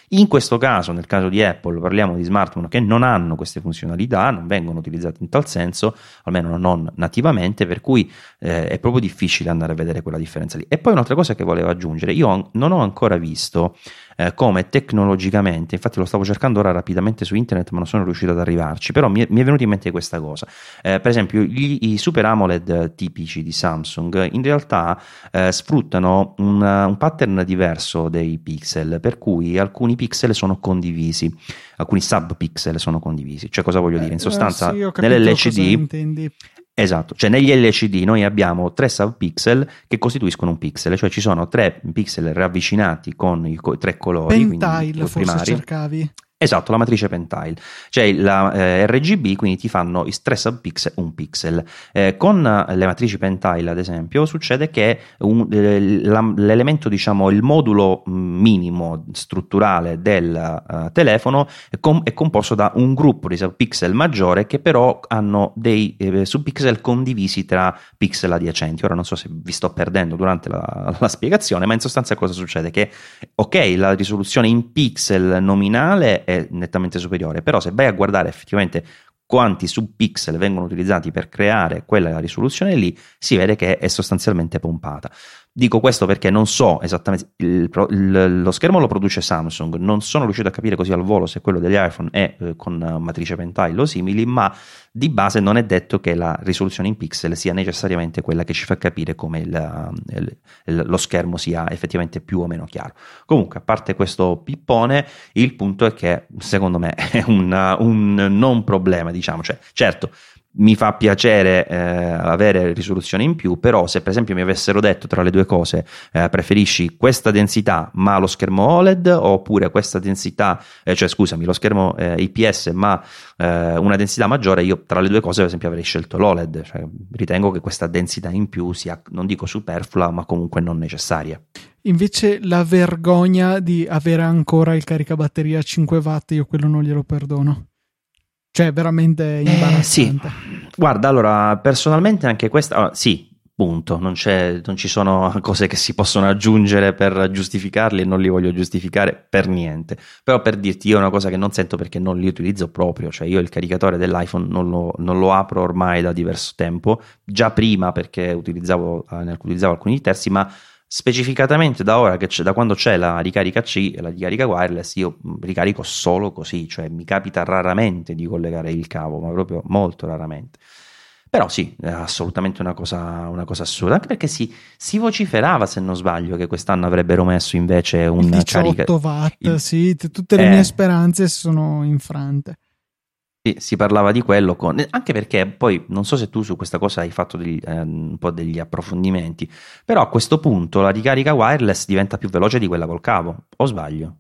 In questo caso, nel caso di Apple, parliamo di smartphone che non hanno queste funzionalità, non vengono utilizzati in tal senso, almeno non nativamente, per cui eh, è proprio difficile andare a vedere quella differenza lì. E poi un'altra cosa che volevo aggiungere, io non ho ancora visto eh, come tecnologicamente, infatti lo stavo cercando ora rapidamente su internet ma non sono riuscito ad arrivarci, però mi è, mi è venuta in mente questa cosa. Eh, per esempio gli, i Super AMOLED tipici di Samsung in realtà eh, sfruttano un, un pattern diverso dei pixel, per cui alcuni pixel sono condivisi, alcuni subpixel sono condivisi. Cioè, cosa voglio dire? In sostanza, eh, sì, nell'L C D, esatto, cioè negli L C D noi abbiamo tre subpixel che costituiscono un pixel, cioè ci sono tre pixel ravvicinati con i co- tre colori, Pentile, quindi forse primari. cercavi. Esatto, la matrice Pentile, cioè la eh, R G B, quindi ti fanno i tre subpixel un pixel. Eh, con le matrici Pentile, ad esempio, succede che un, eh, la, l'elemento, diciamo, il modulo minimo strutturale del uh, telefono è, com- è composto da un gruppo di subpixel maggiore che però hanno dei eh, subpixel condivisi tra pixel adiacenti. Ora non so se vi sto perdendo durante la, la spiegazione, ma in sostanza cosa succede? Che ok, la risoluzione in pixel nominale è nettamente superiore, però se vai a guardare effettivamente quanti subpixel vengono utilizzati per creare quella risoluzione lì, si vede che è sostanzialmente pompata. Dico questo perché non so esattamente, il, il, lo schermo lo produce Samsung, non sono riuscito a capire così al volo se quello degli iPhone è eh, con matrice Pentile o simili, ma di base non è detto che la risoluzione in pixel sia necessariamente quella che ci fa capire come il, il, il, lo schermo sia effettivamente più o meno chiaro. Comunque, a parte questo pippone, il punto è che secondo me è un, un non problema, diciamo, cioè certo mi fa piacere eh, avere risoluzione in più, però se per esempio mi avessero detto tra le due cose eh, preferisci questa densità ma lo schermo O L E D, oppure questa densità, eh, cioè scusami, lo schermo eh, I P S ma eh, una densità maggiore, io tra le due cose per esempio avrei scelto l'O L E D, cioè, ritengo che questa densità in più sia, non dico superflua, ma comunque non necessaria. Invece la vergogna di avere ancora il caricabatteria a cinque watt, io quello non glielo perdono. Cioè, veramente imbarazzante. Eh, sì, guarda, allora, personalmente anche questa, allora, sì, punto, non c'è, non ci sono cose che si possono aggiungere per giustificarli e non li voglio giustificare per niente. Però per dirti, io è una cosa che non sento perché non li utilizzo proprio, cioè io il caricatore dell'iPhone non lo, non lo apro ormai da diverso tempo, già prima perché utilizzavo, eh, utilizzavo alcuni terzi, ma specificatamente da ora che c'è, da quando c'è la ricarica C e la ricarica wireless, io ricarico solo così, cioè mi capita raramente di collegare il cavo, ma proprio molto raramente. Però sì, è assolutamente una cosa, una cosa assurda, anche perché si, si vociferava, se non sbaglio, che quest'anno avrebbero messo invece un diciotto carica... watt, il... sì, tutte le eh... mie speranze sono infrante. Sì, si parlava di quello, con... anche perché poi non so se tu su questa cosa hai fatto degli, eh, un po' degli approfondimenti, però a questo punto la ricarica wireless diventa più veloce di quella col cavo, o sbaglio?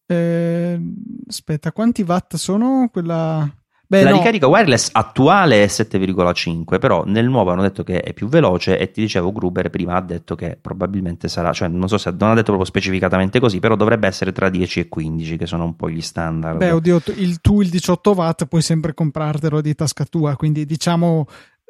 Eh, aspetta, quanti watt sono quella... Beh, la no. ricarica wireless attuale è sette virgola cinque, però nel nuovo hanno detto che è più veloce e ti dicevo Gruber prima ha detto che probabilmente sarà, cioè non so se non ha detto proprio specificatamente così, però dovrebbe essere tra dieci e quindici, che sono un po' gli standard. Beh, oddio, il, tu il diciotto watt puoi sempre comprartelo di tasca tua, quindi diciamo...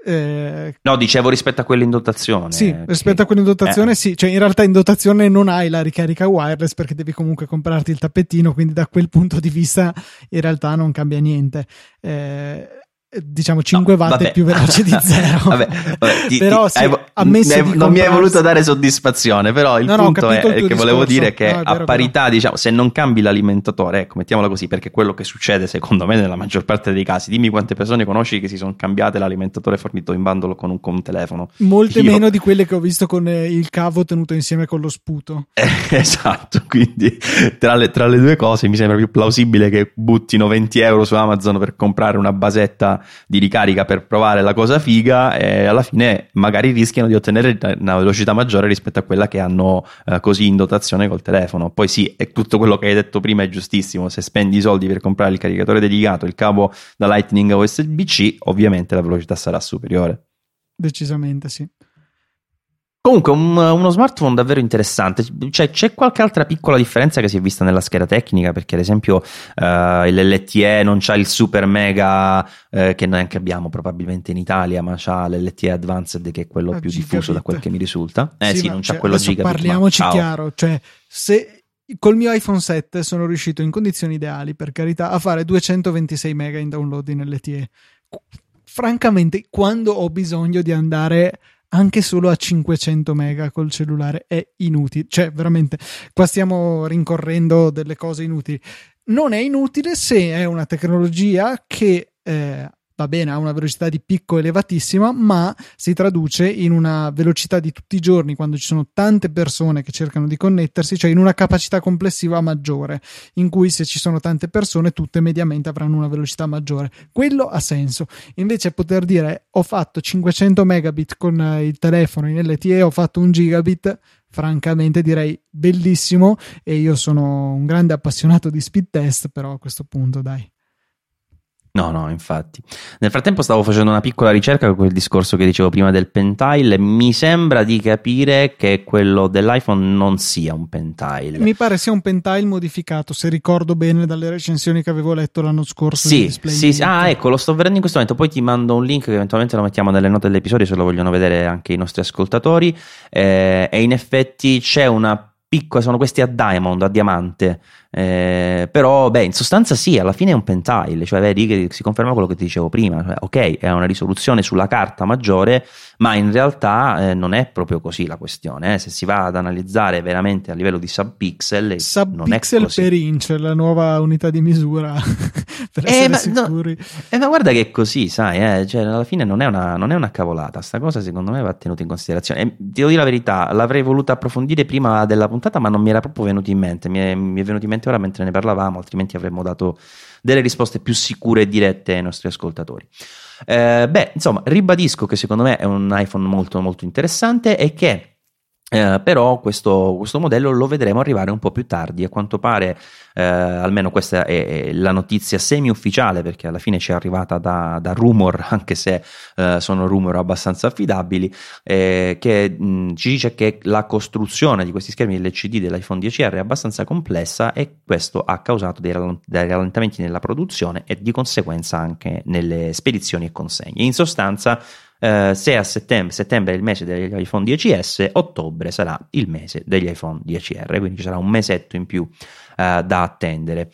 Eh... No, dicevo rispetto a quello in dotazione. Sì, che... rispetto a quello in dotazione eh. sì, cioè in realtà in dotazione non hai la ricarica wireless perché devi comunque comprarti il tappetino, quindi da quel punto di vista in realtà non cambia niente. Eh... diciamo cinque watt vabbè. è più veloce di zero. vabbè, vabbè, ti, però ti, sì, hai, ammesso hai, di non mi hai comprarsi... voluto dare soddisfazione, però il no, punto no, è, il è che discorso. volevo dire che no, a vero, parità, vero. diciamo, se non cambi l'alimentatore, ecco, mettiamola così, perché quello che succede secondo me nella maggior parte dei casi, dimmi quante persone conosci che si sono cambiate l'alimentatore fornito in bundle con un, con un telefono. Molte Io... meno di quelle che ho visto con eh, il cavo tenuto insieme con lo sputo. Eh, esatto, quindi tra le, tra le due cose mi sembra più plausibile che buttino venti euro su Amazon per comprare una basetta di ricarica per provare la cosa figa e alla fine magari rischiano di ottenere una velocità maggiore rispetto a quella che hanno eh, così in dotazione col telefono. Poi sì, è tutto quello che hai detto prima è giustissimo, se spendi i soldi per comprare il caricatore dedicato, il cavo da Lightning o U S B C, ovviamente la velocità sarà superiore. Decisamente sì. Comunque un, uno smartphone davvero interessante. Cioè, c'è qualche altra piccola differenza che si è vista nella scheda tecnica, perché ad esempio uh, l'L T E non c'ha il super mega uh, che noi anche abbiamo probabilmente in Italia, ma c'ha l'L T E Advanced che è quello A più gigabit. diffuso da quel che mi risulta. Eh sì, sì non c'ha cioè, quello adesso gigabit. Parliamoci ma, chiaro, cioè se col mio iPhone sette sono riuscito in condizioni ideali, per carità, a fare duecentoventisei mega in download in L T E. Francamente, quando ho bisogno di andare anche solo a cinquecento mega col cellulare è inutile, cioè veramente qua stiamo rincorrendo delle cose inutili. Non è inutile se è una tecnologia che eh, va bene, ha una velocità di picco elevatissima, ma si traduce in una velocità di tutti i giorni, quando ci sono tante persone che cercano di connettersi, cioè in una capacità complessiva maggiore, in cui se ci sono tante persone tutte mediamente avranno una velocità maggiore. Quello ha senso. Invece poter dire ho fatto cinquecento megabit con il telefono in L T E, ho fatto un gigabit, francamente direi bellissimo, e io sono un grande appassionato di speed test, però a questo punto dai. No, no, infatti. Nel frattempo stavo facendo una piccola ricerca con quel discorso che dicevo prima del pentile. Mi sembra di capire che quello dell'iPhone non sia un pentile. Mi pare sia un pentile modificato, se ricordo bene dalle recensioni che avevo letto l'anno scorso. Sì, sì, sì. Ah, ecco, lo sto vedendo in questo momento. Poi ti mando un link che eventualmente lo mettiamo nelle note dell'episodio se lo vogliono vedere anche i nostri ascoltatori. Eh, e in effetti c'è una piccola, sono questi a diamond, a diamante. Eh, però beh, in sostanza sì, alla fine è un pentile, cioè vedi che si conferma quello che ti dicevo prima, cioè, ok, è una risoluzione sulla carta maggiore, ma in realtà eh, non è proprio così la questione, eh. Se si va ad analizzare veramente a livello di subpixel, subpixel non è così. Per inch, la nuova unità di misura per essere eh, ma, sicuri. No, eh, ma guarda che è così, sai, eh, cioè, alla fine non è, una, non è una cavolata, sta cosa secondo me va tenuta in considerazione. E devo dire la verità, l'avrei voluta approfondire prima della puntata, ma non mi era proprio venuto in mente, mi è, mi è venuto in mente ora mentre ne parlavamo, altrimenti avremmo dato delle risposte più sicure e dirette ai nostri ascoltatori. Eh, beh, insomma, ribadisco che secondo me è un iPhone molto molto interessante e che Eh, però questo, questo modello lo vedremo arrivare un po' più tardi. A quanto pare, eh, almeno questa è, è la notizia semi-ufficiale, perché alla fine ci è arrivata da, da rumor, anche se eh, sono rumor abbastanza affidabili, eh, che mh, ci dice che la costruzione di questi schermi L C D dell'iPhone dieci R è abbastanza complessa e questo ha causato dei, rallent- dei rallentamenti nella produzione e di conseguenza anche nelle spedizioni e consegne. In sostanza, Uh, se a settembre, settembre è il mese degli iPhone dieci S, ottobre sarà il mese degli iPhone dieci R, quindi ci sarà un mesetto in più uh, da attendere,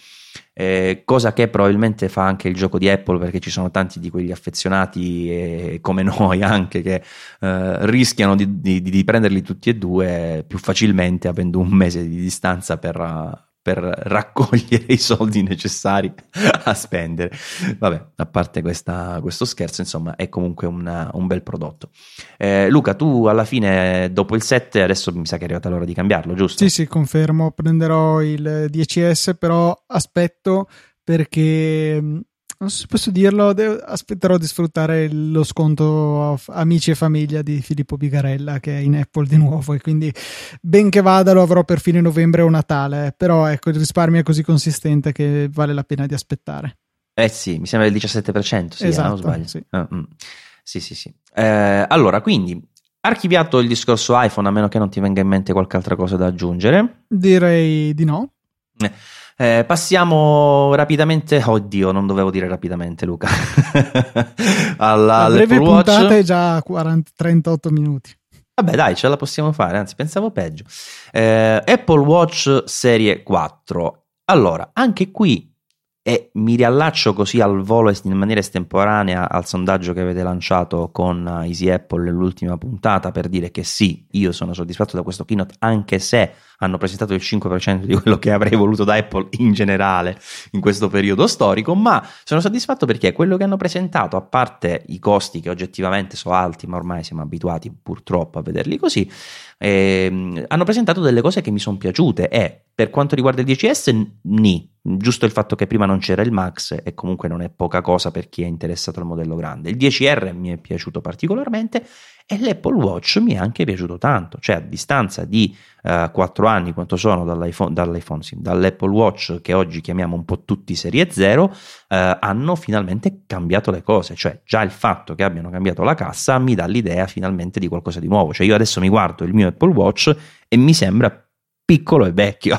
eh, cosa che probabilmente fa anche il gioco di Apple, perché ci sono tanti di quegli affezionati eh, come noi anche che uh, rischiano di, di, di prenderli tutti e due più facilmente avendo un mese di distanza per... Uh, per raccogliere i soldi necessari a spendere. Vabbè, a parte questa, questo scherzo, insomma, è comunque una, un bel prodotto. Eh, Luca, tu alla fine, dopo il sette, adesso mi sa che è arrivata l'ora di cambiarlo, giusto? Sì, sì, confermo, prenderò il dieci S, però aspetto perché... non so se posso dirlo, aspetterò di sfruttare lo sconto amici e famiglia di Filippo Bigarella, che è in Apple di nuovo, e quindi ben che vada lo avrò per fine novembre o Natale, però ecco, il risparmio è così consistente che vale la pena di aspettare. Eh sì, mi sembra il diciassette per cento, sì, esatto, eh, non sbaglio. Sì, uh, mm. sì, sì, sì. Eh, allora, quindi, archiviato il discorso iPhone, a meno che non ti venga in mente qualche altra cosa da aggiungere. Direi di no. Eh. Eh, passiamo rapidamente, oddio, non dovevo dire rapidamente, Luca. Alla, la breve puntata Watch. È già quaranta, trentotto minuti. Vabbè, dai, ce la possiamo fare, anzi, pensavo peggio. Eh, Apple Watch Serie quattro. Allora, anche qui, e mi riallaccio così al volo in maniera estemporanea al sondaggio che avete lanciato con Easy Apple nell'ultima puntata, per dire che sì, io sono soddisfatto da questo keynote, anche se hanno presentato il cinque per cento di quello che avrei voluto da Apple in generale in questo periodo storico, ma sono soddisfatto perché quello che hanno presentato, a parte i costi che oggettivamente sono alti, ma ormai siamo abituati purtroppo a vederli così, ehm, hanno presentato delle cose che mi sono piaciute. E per quanto riguarda il dieci S, ni, giusto il fatto che prima non c'era il Max, e comunque non è poca cosa per chi è interessato al modello grande. Il dieci R mi è piaciuto particolarmente e l'Apple Watch mi è anche piaciuto tanto, cioè a distanza di uh, quattro anni, quanto sono dall'iPhone, dall'iPhone sì, dall'Apple Watch che oggi chiamiamo un po' tutti serie zero, uh, hanno finalmente cambiato le cose, cioè già il fatto che abbiano cambiato la cassa mi dà l'idea finalmente di qualcosa di nuovo. Cioè io adesso mi guardo il mio Apple Watch e mi sembra piccolo e vecchio.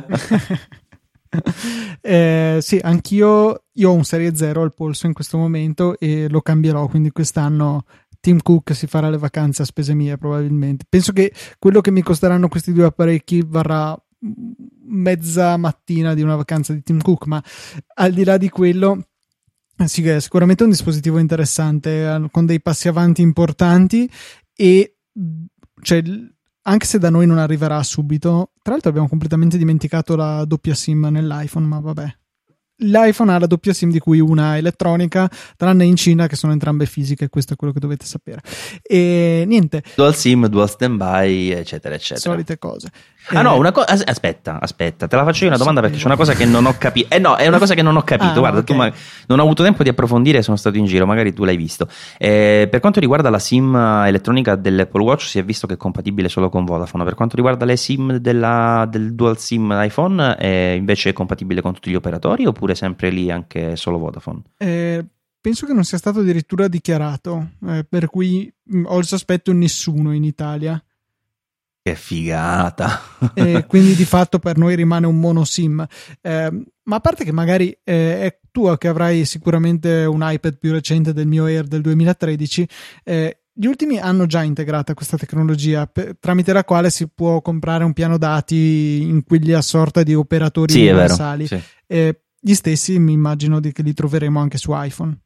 eh, sì, anch'io io ho un serie zero al polso in questo momento e lo cambierò, quindi quest'anno Tim Cook si farà le vacanze a spese mie probabilmente. Penso che quello che mi costeranno questi due apparecchi varrà mezza mattina di una vacanza di Tim Cook, ma al di là di quello sì, è sicuramente un dispositivo interessante con dei passi avanti importanti e cioè, anche se da noi non arriverà subito, tra l'altro abbiamo completamente dimenticato la doppia SIM nell'iPhone, ma vabbè. L'iPhone ha la doppia SIM di cui una elettronica, tranne in Cina che sono entrambe fisiche, questo è quello che dovete sapere. E niente. Dual SIM, dual standby, eccetera, eccetera. Solite cose. Ah eh, no, una cosa. Aspetta, aspetta, te la faccio io una domanda perché c'è una cosa che non ho capito. Eh no, è una cosa che non ho capito. Ah, Guarda, okay. tu ma... non ho avuto tempo di approfondire, sono stato in giro, magari tu l'hai visto. Eh, per quanto riguarda la SIM elettronica dell'Apple Watch, si è visto che è compatibile solo con Vodafone. Per quanto riguarda le SIM della, del dual SIM iPhone, eh, invece è compatibile con tutti gli operatori oppure sempre lì anche solo Vodafone? Eh, penso che non sia stato addirittura dichiarato, eh, per cui mh, ho il sospetto nessuno in Italia. Che figata! E quindi di fatto per noi rimane un mono SIM. Eh, ma a parte che magari eh, è tu che avrai sicuramente un iPad più recente del mio Air del duemilatredici, eh, gli ultimi hanno già integrata questa tecnologia per, tramite la quale si può comprare un piano dati in quella sorta di operatori sì, universali. È vero, sì. Eh, gli stessi mi immagino di, che li troveremo anche su iPhone.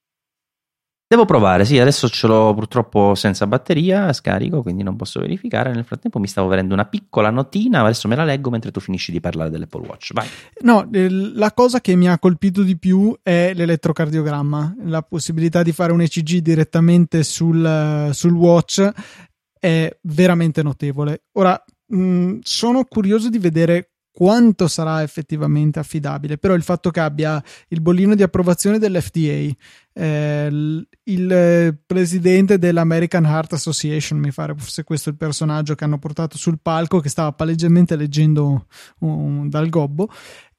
Devo provare, sì, adesso ce l'ho purtroppo senza batteria, scarico, quindi non posso verificare. Nel frattempo mi stavo venendo una piccola notina, adesso me la leggo mentre tu finisci di parlare dell'Apple Watch. Vai. No, la cosa che mi ha colpito di più è l'elettrocardiogramma, la possibilità di fare un E C G direttamente sul, sul watch è veramente notevole. Ora, mh, sono curioso di vedere quanto sarà effettivamente affidabile, però il fatto che abbia il bollino di approvazione dell'F D A, eh, il, il presidente dell'American Heart Association, mi pare fosse questo il personaggio che hanno portato sul palco, che stava palesemente leggendo um, dal gobbo,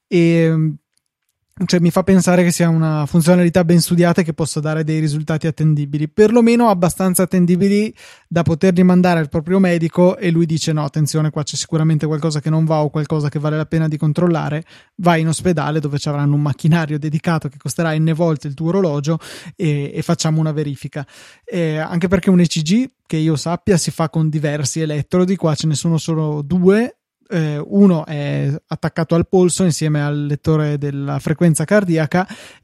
e cioè mi fa pensare che sia una funzionalità ben studiata e che possa dare dei risultati attendibili, perlomeno abbastanza attendibili da poterli mandare al proprio medico e lui dice no, attenzione, qua c'è sicuramente qualcosa che non va o qualcosa che vale la pena di controllare, vai in ospedale dove ci avranno un macchinario dedicato che costerà n volte il tuo orologio e, e facciamo una verifica, eh, anche perché un E C G che io sappia si fa con diversi elettrodi, qua ce ne sono solo due. Eh, uno è attaccato al polso insieme al lettore della frequenza cardiaca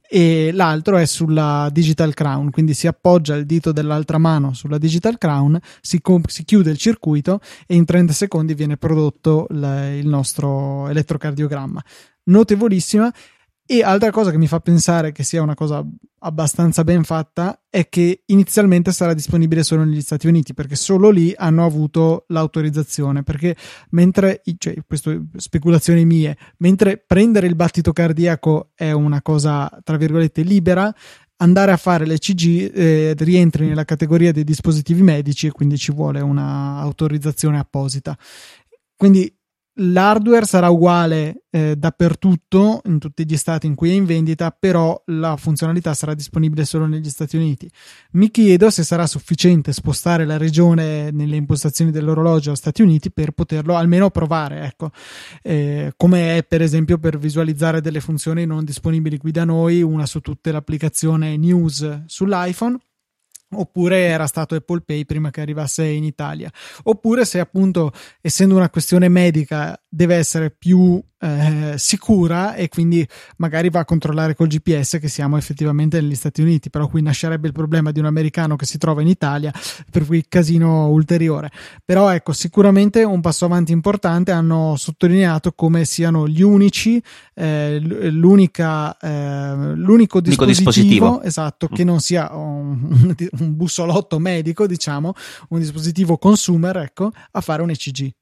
e l'altro è sulla digital crown, quindi si appoggia il dito dell'altra mano sulla digital crown, si, comp- si chiude il circuito e in trenta secondi viene prodotto l- il nostro elettrocardiogramma. Notevolissima. E altra cosa che mi fa pensare che sia una cosa abbastanza ben fatta è che inizialmente sarà disponibile solo negli Stati Uniti, perché solo lì hanno avuto l'autorizzazione, perché mentre, cioè, queste speculazioni mie, mentre prendere il battito cardiaco è una cosa tra virgolette libera, andare a fare l'E C G eh, rientri nella categoria dei dispositivi medici e quindi ci vuole una autorizzazione apposita. Quindi l'hardware sarà uguale eh, dappertutto in tutti gli stati in cui è in vendita, però la funzionalità sarà disponibile solo negli Stati Uniti. Mi chiedo se sarà sufficiente spostare la regione nelle impostazioni dell'orologio agli Stati Uniti per poterlo almeno provare, ecco, eh, come è per esempio per visualizzare delle funzioni non disponibili qui da noi, una su tutte l'applicazione News sull'iPhone, oppure era stato Apple Pay prima che arrivasse in Italia, oppure se appunto essendo una questione medica deve essere più eh, sicura e quindi magari va a controllare col G P S che siamo effettivamente negli Stati Uniti, però qui nascerebbe il problema di un americano che si trova in Italia, per cui casino ulteriore. Però ecco, sicuramente un passo avanti importante. Hanno sottolineato come siano gli unici eh, l'unica eh, l'unico dispositivo, dispositivo. esatto, che non sia un, un bussolotto medico, diciamo, un dispositivo consumer, ecco, a fare un E C G.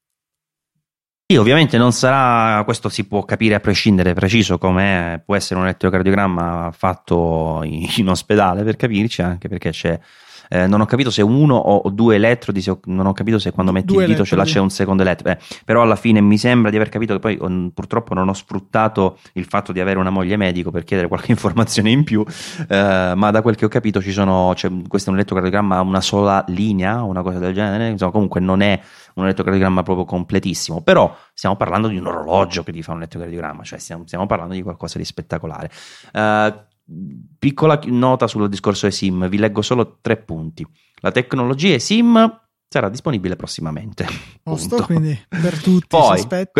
Sì, ovviamente non sarà, questo si può capire a prescindere preciso come può essere un elettrocardiogramma fatto in, in ospedale, per capirci, anche perché c'è eh, non ho capito se uno o due elettrodi, se ho, non ho capito se quando metti due il dito ce l'ha, c'è un secondo elettrodo, eh, però alla fine mi sembra di aver capito che poi um, purtroppo non ho sfruttato il fatto di avere una moglie medico per chiedere qualche informazione in più, eh, ma da quel che ho capito ci sono, cioè, questo è un elettrocardiogramma a una sola linea, una cosa del genere, insomma comunque non è un elettrocardiogramma proprio completissimo, però stiamo parlando di un orologio che ti fa un elettrocardiogramma, cioè stiamo, stiamo parlando di qualcosa di spettacolare. Uh, piccola nota sul discorso eSIM, vi leggo solo tre punti. La tecnologia eSIM sarà disponibile prossimamente. Posto, quindi per tutti. Poi, queste,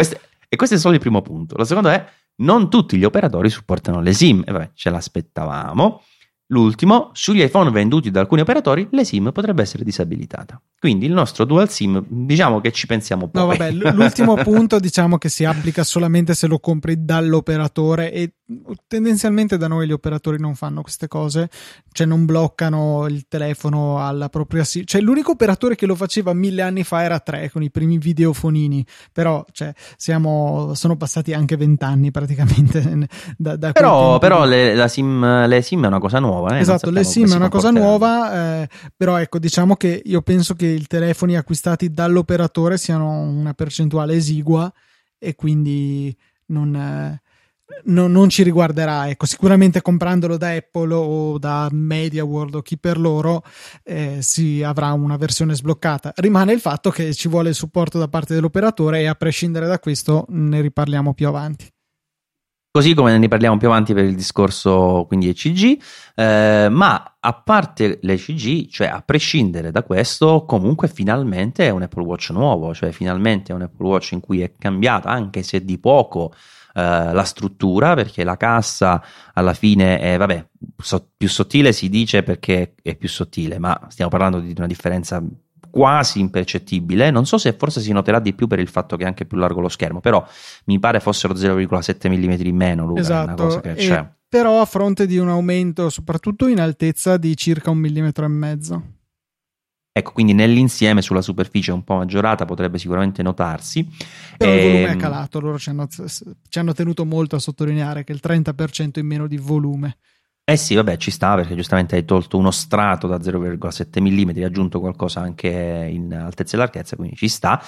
E questo è solo il primo punto. La seconda è: non tutti gli operatori supportano le SIM. E vabbè, ce l'aspettavamo. L'ultimo, sugli iPhone venduti da alcuni operatori, le SIM potrebbe essere disabilitata. Quindi il nostro dual SIM, diciamo che ci pensiamo poi. No, vabbè, l'ultimo punto diciamo che si applica solamente se lo compri dall'operatore, e tendenzialmente da noi gli operatori non fanno queste cose, cioè non bloccano il telefono alla propria SIM. Cioè l'unico operatore che lo faceva mille anni fa era tre, con i primi videofonini, però cioè, siamo, sono passati anche vent'anni praticamente da, da però, però le, la SIM, le SIM è una cosa nuova. Eh? Esatto, le SIM è una cosa nuova, eh, però ecco, diciamo che io penso che i telefoni acquistati dall'operatore siano una percentuale esigua e quindi non, eh, non, non ci riguarderà. Ecco, sicuramente comprandolo da Apple o da MediaWorld o chi per loro eh, si avrà una versione sbloccata. Rimane il fatto che ci vuole il supporto da parte dell'operatore, e a prescindere da questo ne riparliamo più avanti. Così come ne parliamo più avanti per il discorso quindi E C G, eh, ma a parte l'E C G, cioè a prescindere da questo, comunque finalmente è un Apple Watch nuovo, cioè finalmente è un Apple Watch in cui è cambiata, anche se di poco, eh, la struttura, perché la cassa alla fine è, vabbè, so, più sottile si dice perché è più sottile, ma stiamo parlando di una differenza quasi impercettibile. Non so se forse si noterà di più per il fatto che è anche più largo lo schermo, però mi pare fossero zero virgola sette millimetri in meno, Luca. Esatto, è una cosa che c'è. Però a fronte di un aumento soprattutto in altezza di circa un millimetro e mezzo. Ecco, quindi nell'insieme sulla superficie un po' maggiorata potrebbe sicuramente notarsi. Però e... il volume è calato, loro ci hanno, ci hanno tenuto molto a sottolineare che il trenta per cento in meno di volume. Eh sì, vabbè, ci sta, perché giustamente hai tolto uno strato da zero virgola sette millimetri, hai aggiunto qualcosa anche in altezza e larghezza, quindi ci sta.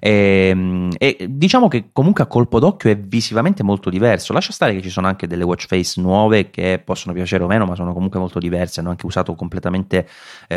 E, e diciamo che comunque a colpo d'occhio è visivamente molto diverso. Lascia stare che ci sono anche delle watch face nuove che possono piacere o meno, ma sono comunque molto diverse. Hanno anche usato completamente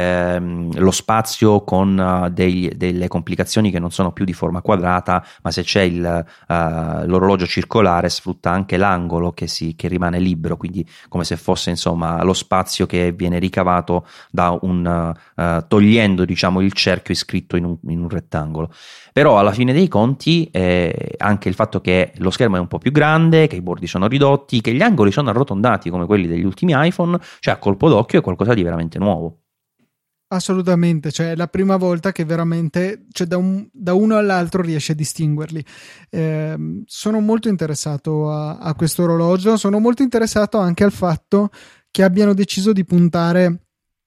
ehm, lo spazio con uh, dei, delle complicazioni che non sono più di forma quadrata, ma se c'è il, uh, l'orologio circolare sfrutta anche l'angolo che, si, che rimane libero, quindi come se fosse insomma lo spazio che viene ricavato da un uh, togliendo diciamo il cerchio iscritto in un, in un rettangolo. Però alla fine dei conti eh, anche il fatto che lo schermo è un po' più grande, che i bordi sono ridotti, che gli angoli sono arrotondati come quelli degli ultimi iPhone, cioè a colpo d'occhio è qualcosa di veramente nuovo. Assolutamente, cioè è la prima volta che veramente, cioè da, un, da uno all'altro riesce a distinguerli. Eh, sono molto interessato a, a questo orologio, sono molto interessato anche al fatto che abbiano deciso di puntare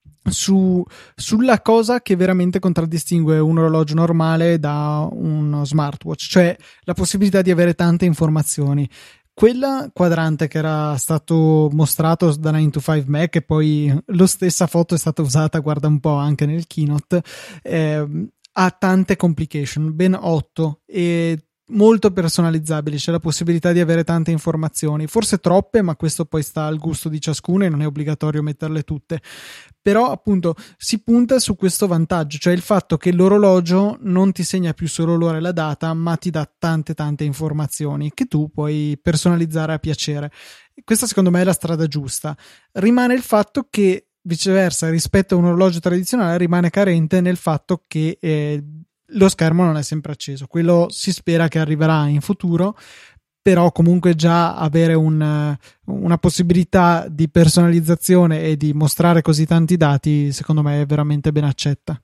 su, sulla cosa che veramente contraddistingue un orologio normale da uno smartwatch, cioè la possibilità di avere tante informazioni. Quella quadrante che era stato mostrato da nine to five Mac, e poi la stessa foto è stata usata, guarda un po', anche nel keynote, eh, ha tante complication, ben otto, e molto personalizzabili, c'è la possibilità di avere tante informazioni, forse troppe, ma questo poi sta al gusto di ciascuno e non è obbligatorio metterle tutte. Però appunto si punta su questo vantaggio, cioè il fatto che l'orologio non ti segna più solo l'ora e la data, ma ti dà tante tante informazioni che tu puoi personalizzare a piacere. Questa secondo me è la strada giusta. Rimane il fatto che viceversa, rispetto a un orologio tradizionale, rimane carente nel fatto che eh, lo schermo non è sempre acceso. Quello si spera che arriverà in futuro, però comunque già avere un, una possibilità di personalizzazione e di mostrare così tanti dati secondo me è veramente ben accetta.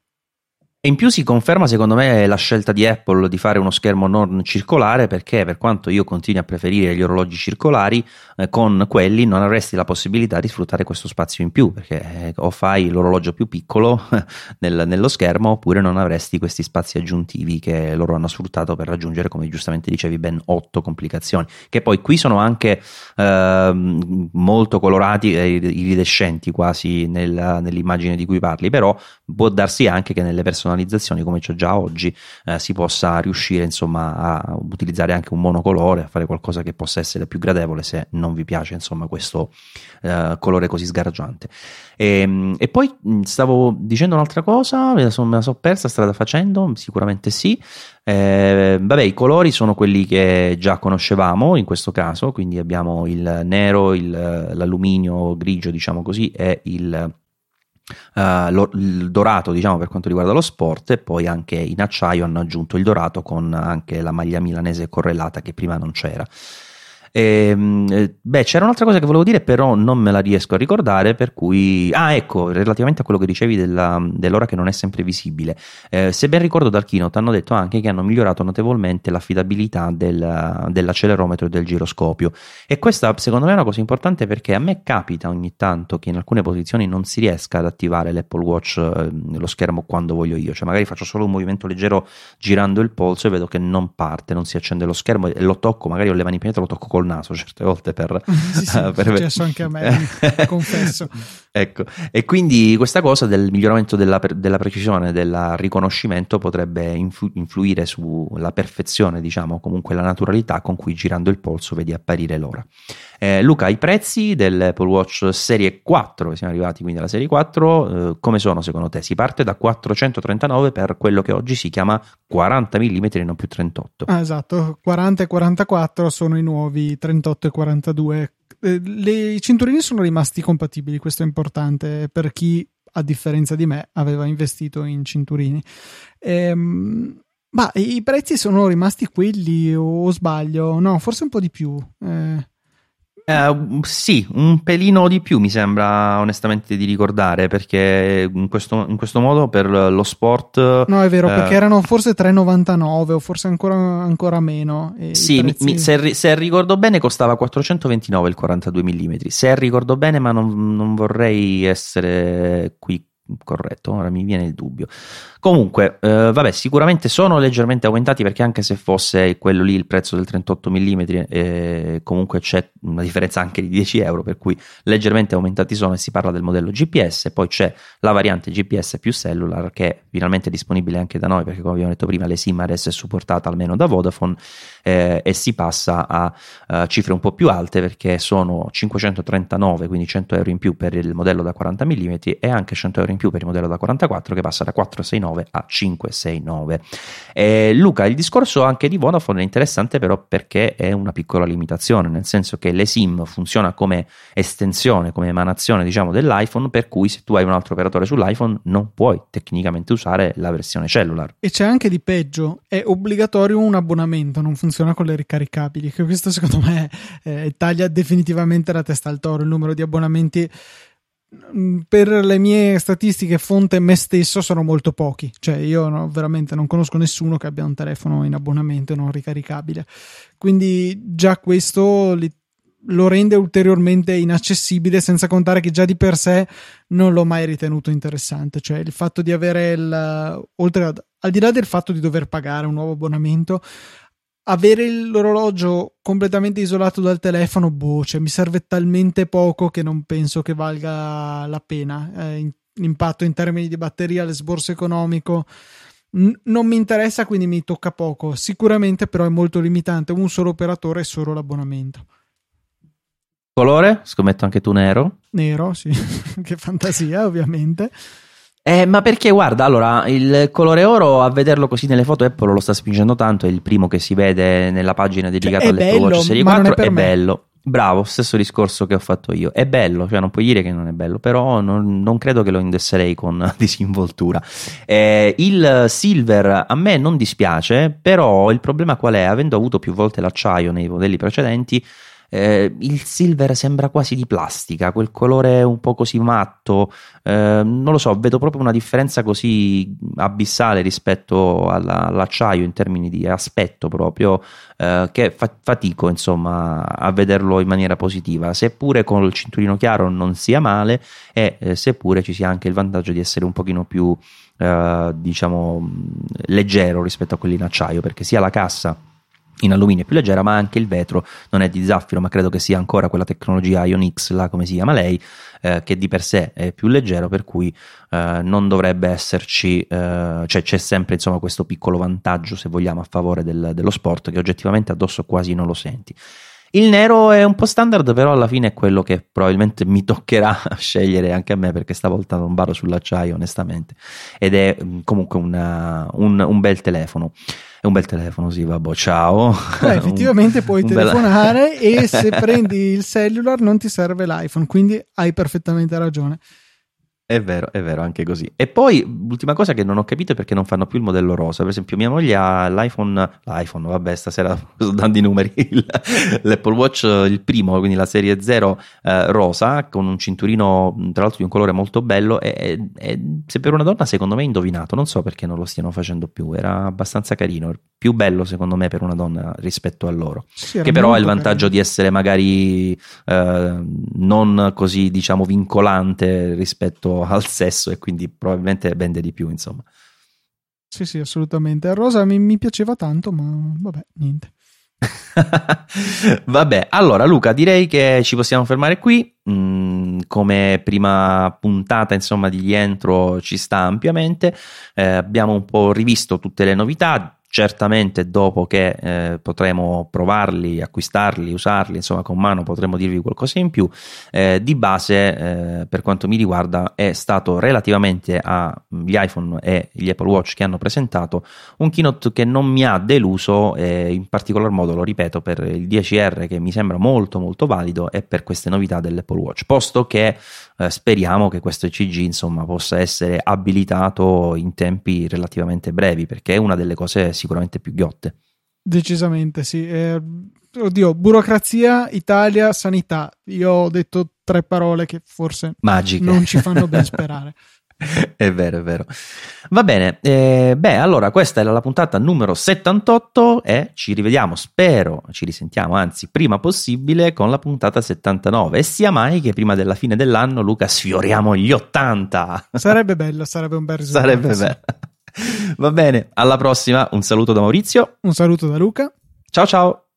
E in più si conferma secondo me la scelta di Apple di fare uno schermo non circolare, perché per quanto io continui a preferire gli orologi circolari, eh, con quelli non avresti la possibilità di sfruttare questo spazio in più, perché eh, o fai l'orologio più piccolo nel, nello schermo, oppure non avresti questi spazi aggiuntivi che loro hanno sfruttato per raggiungere, come giustamente dicevi, ben otto complicazioni, che poi qui sono anche eh, molto colorati e iridescenti quasi nel, nell'immagine di cui parli, però può darsi anche che nelle personalizzazioni come c'è già oggi eh, si possa riuscire insomma a utilizzare anche un monocolore, a fare qualcosa che possa essere più gradevole se non vi piace insomma questo eh, colore così sgaraggiante. E, e poi stavo dicendo un'altra cosa, me la sono so persa strada facendo, sicuramente sì. Eh, vabbè, i colori sono quelli che già conoscevamo in questo caso, quindi abbiamo il nero, il, l'alluminio grigio diciamo così, e il Uh, lo, il dorato, diciamo, per quanto riguarda lo sport, e poi anche in acciaio hanno aggiunto il dorato con anche la maglia milanese correlata che prima non c'era. E, beh, c'era un'altra cosa che volevo dire, però non me la riesco a ricordare, per cui ah ecco, relativamente a quello che dicevi della, dell'ora che non è sempre visibile, eh, se ben ricordo dal keynote hanno detto anche che hanno migliorato notevolmente l'affidabilità del, dell'accelerometro e del giroscopio, e questa secondo me è una cosa importante, perché a me capita ogni tanto che in alcune posizioni non si riesca ad attivare l'Apple Watch, eh, lo schermo quando voglio io, cioè magari faccio solo un movimento leggero girando il polso e vedo che non parte, non si accende lo schermo, e lo tocco, magari ho le mani impegnate, lo tocco col naso certe volte per, sì, sì, uh, per è successo anche a me, confesso. Ecco, e quindi questa cosa del miglioramento della, della precisione del riconoscimento potrebbe influ- influire sulla perfezione, diciamo, comunque la naturalità con cui girando il polso vedi apparire l'ora. Eh, Luca, i prezzi dell'Apple Watch Serie quattro, siamo arrivati quindi alla Serie quattro, eh, come sono secondo te? Si parte da quattrocentotrentanove per quello che oggi si chiama quaranta millimetri, non più trentotto. Ah, esatto, quaranta e quarantaquattro sono i nuovi trentotto e quarantadue. Eh, le, i cinturini sono rimasti compatibili, questo è importante per chi, a differenza di me, aveva investito in cinturini. Ehm, ma i prezzi sono rimasti quelli, o, o sbaglio? No, forse un po' di più. Eh, Uh, sì, un pelino di più mi sembra onestamente di ricordare, perché in questo, in questo modo per lo sport... No, è vero, uh, perché erano forse tre e novantanove o forse ancora, ancora meno. E sì, prezzi... mi, se, se ricordo bene costava quattrocentoventinove il quarantadue millimetri, se ricordo bene, ma non, non vorrei essere qui corretto, ora mi viene il dubbio. Comunque, eh, vabbè, sicuramente sono leggermente aumentati, perché anche se fosse quello lì il prezzo del trentotto millimetri, eh, comunque c'è una differenza anche di dieci euro, per cui leggermente aumentati sono, e si parla del modello G P S. Poi c'è la variante G P S più cellular, che è finalmente disponibile anche da noi, perché come abbiamo detto prima le SIM adesso è supportata almeno da Vodafone, eh, e si passa a uh, cifre un po' più alte, perché sono cinquecentotrentanove, quindi cento euro in più per il modello da quaranta millimetri e anche cento euro in più per il modello da quarantaquattro, che passa da quattrocentosessantanove a cinquecentosessantanove. Eh, Luca, il discorso anche di Vodafone è interessante, però perché è una piccola limitazione, nel senso che le SIM funziona come estensione, come emanazione, diciamo, dell'iPhone, per cui se tu hai un altro operatore sull'iPhone non puoi tecnicamente usare la versione cellular. E c'è anche di peggio, è obbligatorio un abbonamento, non funziona con le ricaricabili, che questo secondo me eh, taglia definitivamente la testa al toro. Il numero di abbonamenti, per le mie statistiche fonte me stesso, sono molto pochi, cioè io no, veramente non conosco nessuno che abbia un telefono in abbonamento e non ricaricabile, quindi già questo li, lo rende ulteriormente inaccessibile, senza contare che già di per sé non l'ho mai ritenuto interessante, cioè il fatto di avere il, oltre ad, al di là del fatto di dover pagare un nuovo abbonamento, avere l'orologio completamente isolato dal telefono, boh, cioè mi serve talmente poco che non penso che valga la pena. Eh, in, l'impatto in termini di batteria, l'esborso economico n- non mi interessa, quindi mi tocca poco. Sicuramente però è molto limitante, un solo operatore e solo l'abbonamento. Colore? Scommetto anche tu nero? Nero, sì, che fantasia, ovviamente. Eh, ma perché guarda, allora il colore oro, a vederlo così nelle foto, Apple lo sta spingendo tanto, è il primo che si vede nella pagina dedicata cioè, all'Apple Watch Serie quattro, è, è bello. Bravo, stesso discorso che ho fatto io, è bello, cioè non puoi dire che non è bello, però non, non credo che lo indosserei con disinvoltura. Eh, il silver a me non dispiace, però il problema qual è? Avendo avuto più volte l'acciaio nei modelli precedenti, Eh, il silver sembra quasi di plastica, quel colore un po' così matto, eh, non lo so, vedo proprio una differenza così abissale rispetto alla, all'acciaio in termini di aspetto proprio, eh, che fa, fatico insomma a vederlo in maniera positiva, seppure con il cinturino chiaro non sia male, e eh, seppure ci sia anche il vantaggio di essere un pochino più eh, diciamo leggero rispetto a quelli in acciaio, perché sia la cassa in alluminio è più leggera, ma anche il vetro non è di zaffiro, ma credo che sia ancora quella tecnologia Ionix, là come si chiama lei, eh, che di per sé è più leggero, per cui eh, non dovrebbe esserci, eh, cioè c'è sempre insomma questo piccolo vantaggio, se vogliamo, a favore del, dello sport, che oggettivamente addosso quasi non lo senti. Il nero è un po' standard, però alla fine è quello che probabilmente mi toccherà scegliere anche a me, perché stavolta non vado sull'acciaio onestamente, ed è comunque una, un, un bel telefono. È un bel telefono, sì, vabbè, ciao. Beh, effettivamente un, puoi un telefonare bel... e se prendi il cellular non ti serve l'iPhone, quindi hai perfettamente ragione. È vero, è vero, anche così. E poi l'ultima cosa che non ho capito è perché non fanno più il modello rosa. Per esempio, mia moglie ha l'iPhone, l'iPhone, vabbè, stasera sto dando i numeri, il, l'Apple Watch, il primo, quindi la serie zero eh, rosa, con un cinturino tra l'altro di un colore molto bello. E, e, e se per una donna, secondo me, è indovinato. Non so perché non lo stiano facendo più. Era abbastanza carino, più bello secondo me per una donna rispetto a loro. Sì, Che però ha il molto vantaggio carino. di essere magari eh, non così, diciamo, vincolante rispetto al sesso, e quindi probabilmente vende di più, insomma. Sì, sì, assolutamente. Il rosa mi, mi piaceva tanto, ma vabbè, niente. Vabbè, allora Luca, direi che ci possiamo fermare qui. Mm, come prima puntata, insomma, di rientro ci sta ampiamente. Eh, abbiamo un po' rivisto tutte le novità. Certamente dopo che eh, potremo provarli, acquistarli, usarli, insomma, con mano potremo dirvi qualcosa in più. Eh, di base, eh, per quanto mi riguarda, è stato relativamente agli iPhone e gli Apple Watch che hanno presentato un keynote che non mi ha deluso, eh, in particolar modo, lo ripeto, per il dieci R, che mi sembra molto molto valido, e per queste novità dell'Apple Watch, posto che eh, speriamo che questo E C G, insomma, possa essere abilitato in tempi relativamente brevi, perché è una delle cose sicuramente più ghiotte. Decisamente sì. Eh, oddio, burocrazia, Italia, sanità. Io ho detto tre parole che forse magiche, non ci fanno ben sperare. È vero, è vero. Va bene, eh, beh, allora questa era la puntata numero settantotto e ci rivediamo, spero, ci risentiamo anzi prima possibile con la puntata settantanove, e sia mai che prima della fine dell'anno, Luca, sfioriamo gli ottanta. Sarebbe bello, sarebbe un bel risultato. Sarebbe sì. bello. Va bene, alla prossima, un saluto da Maurizio. Un saluto da Luca. Ciao ciao.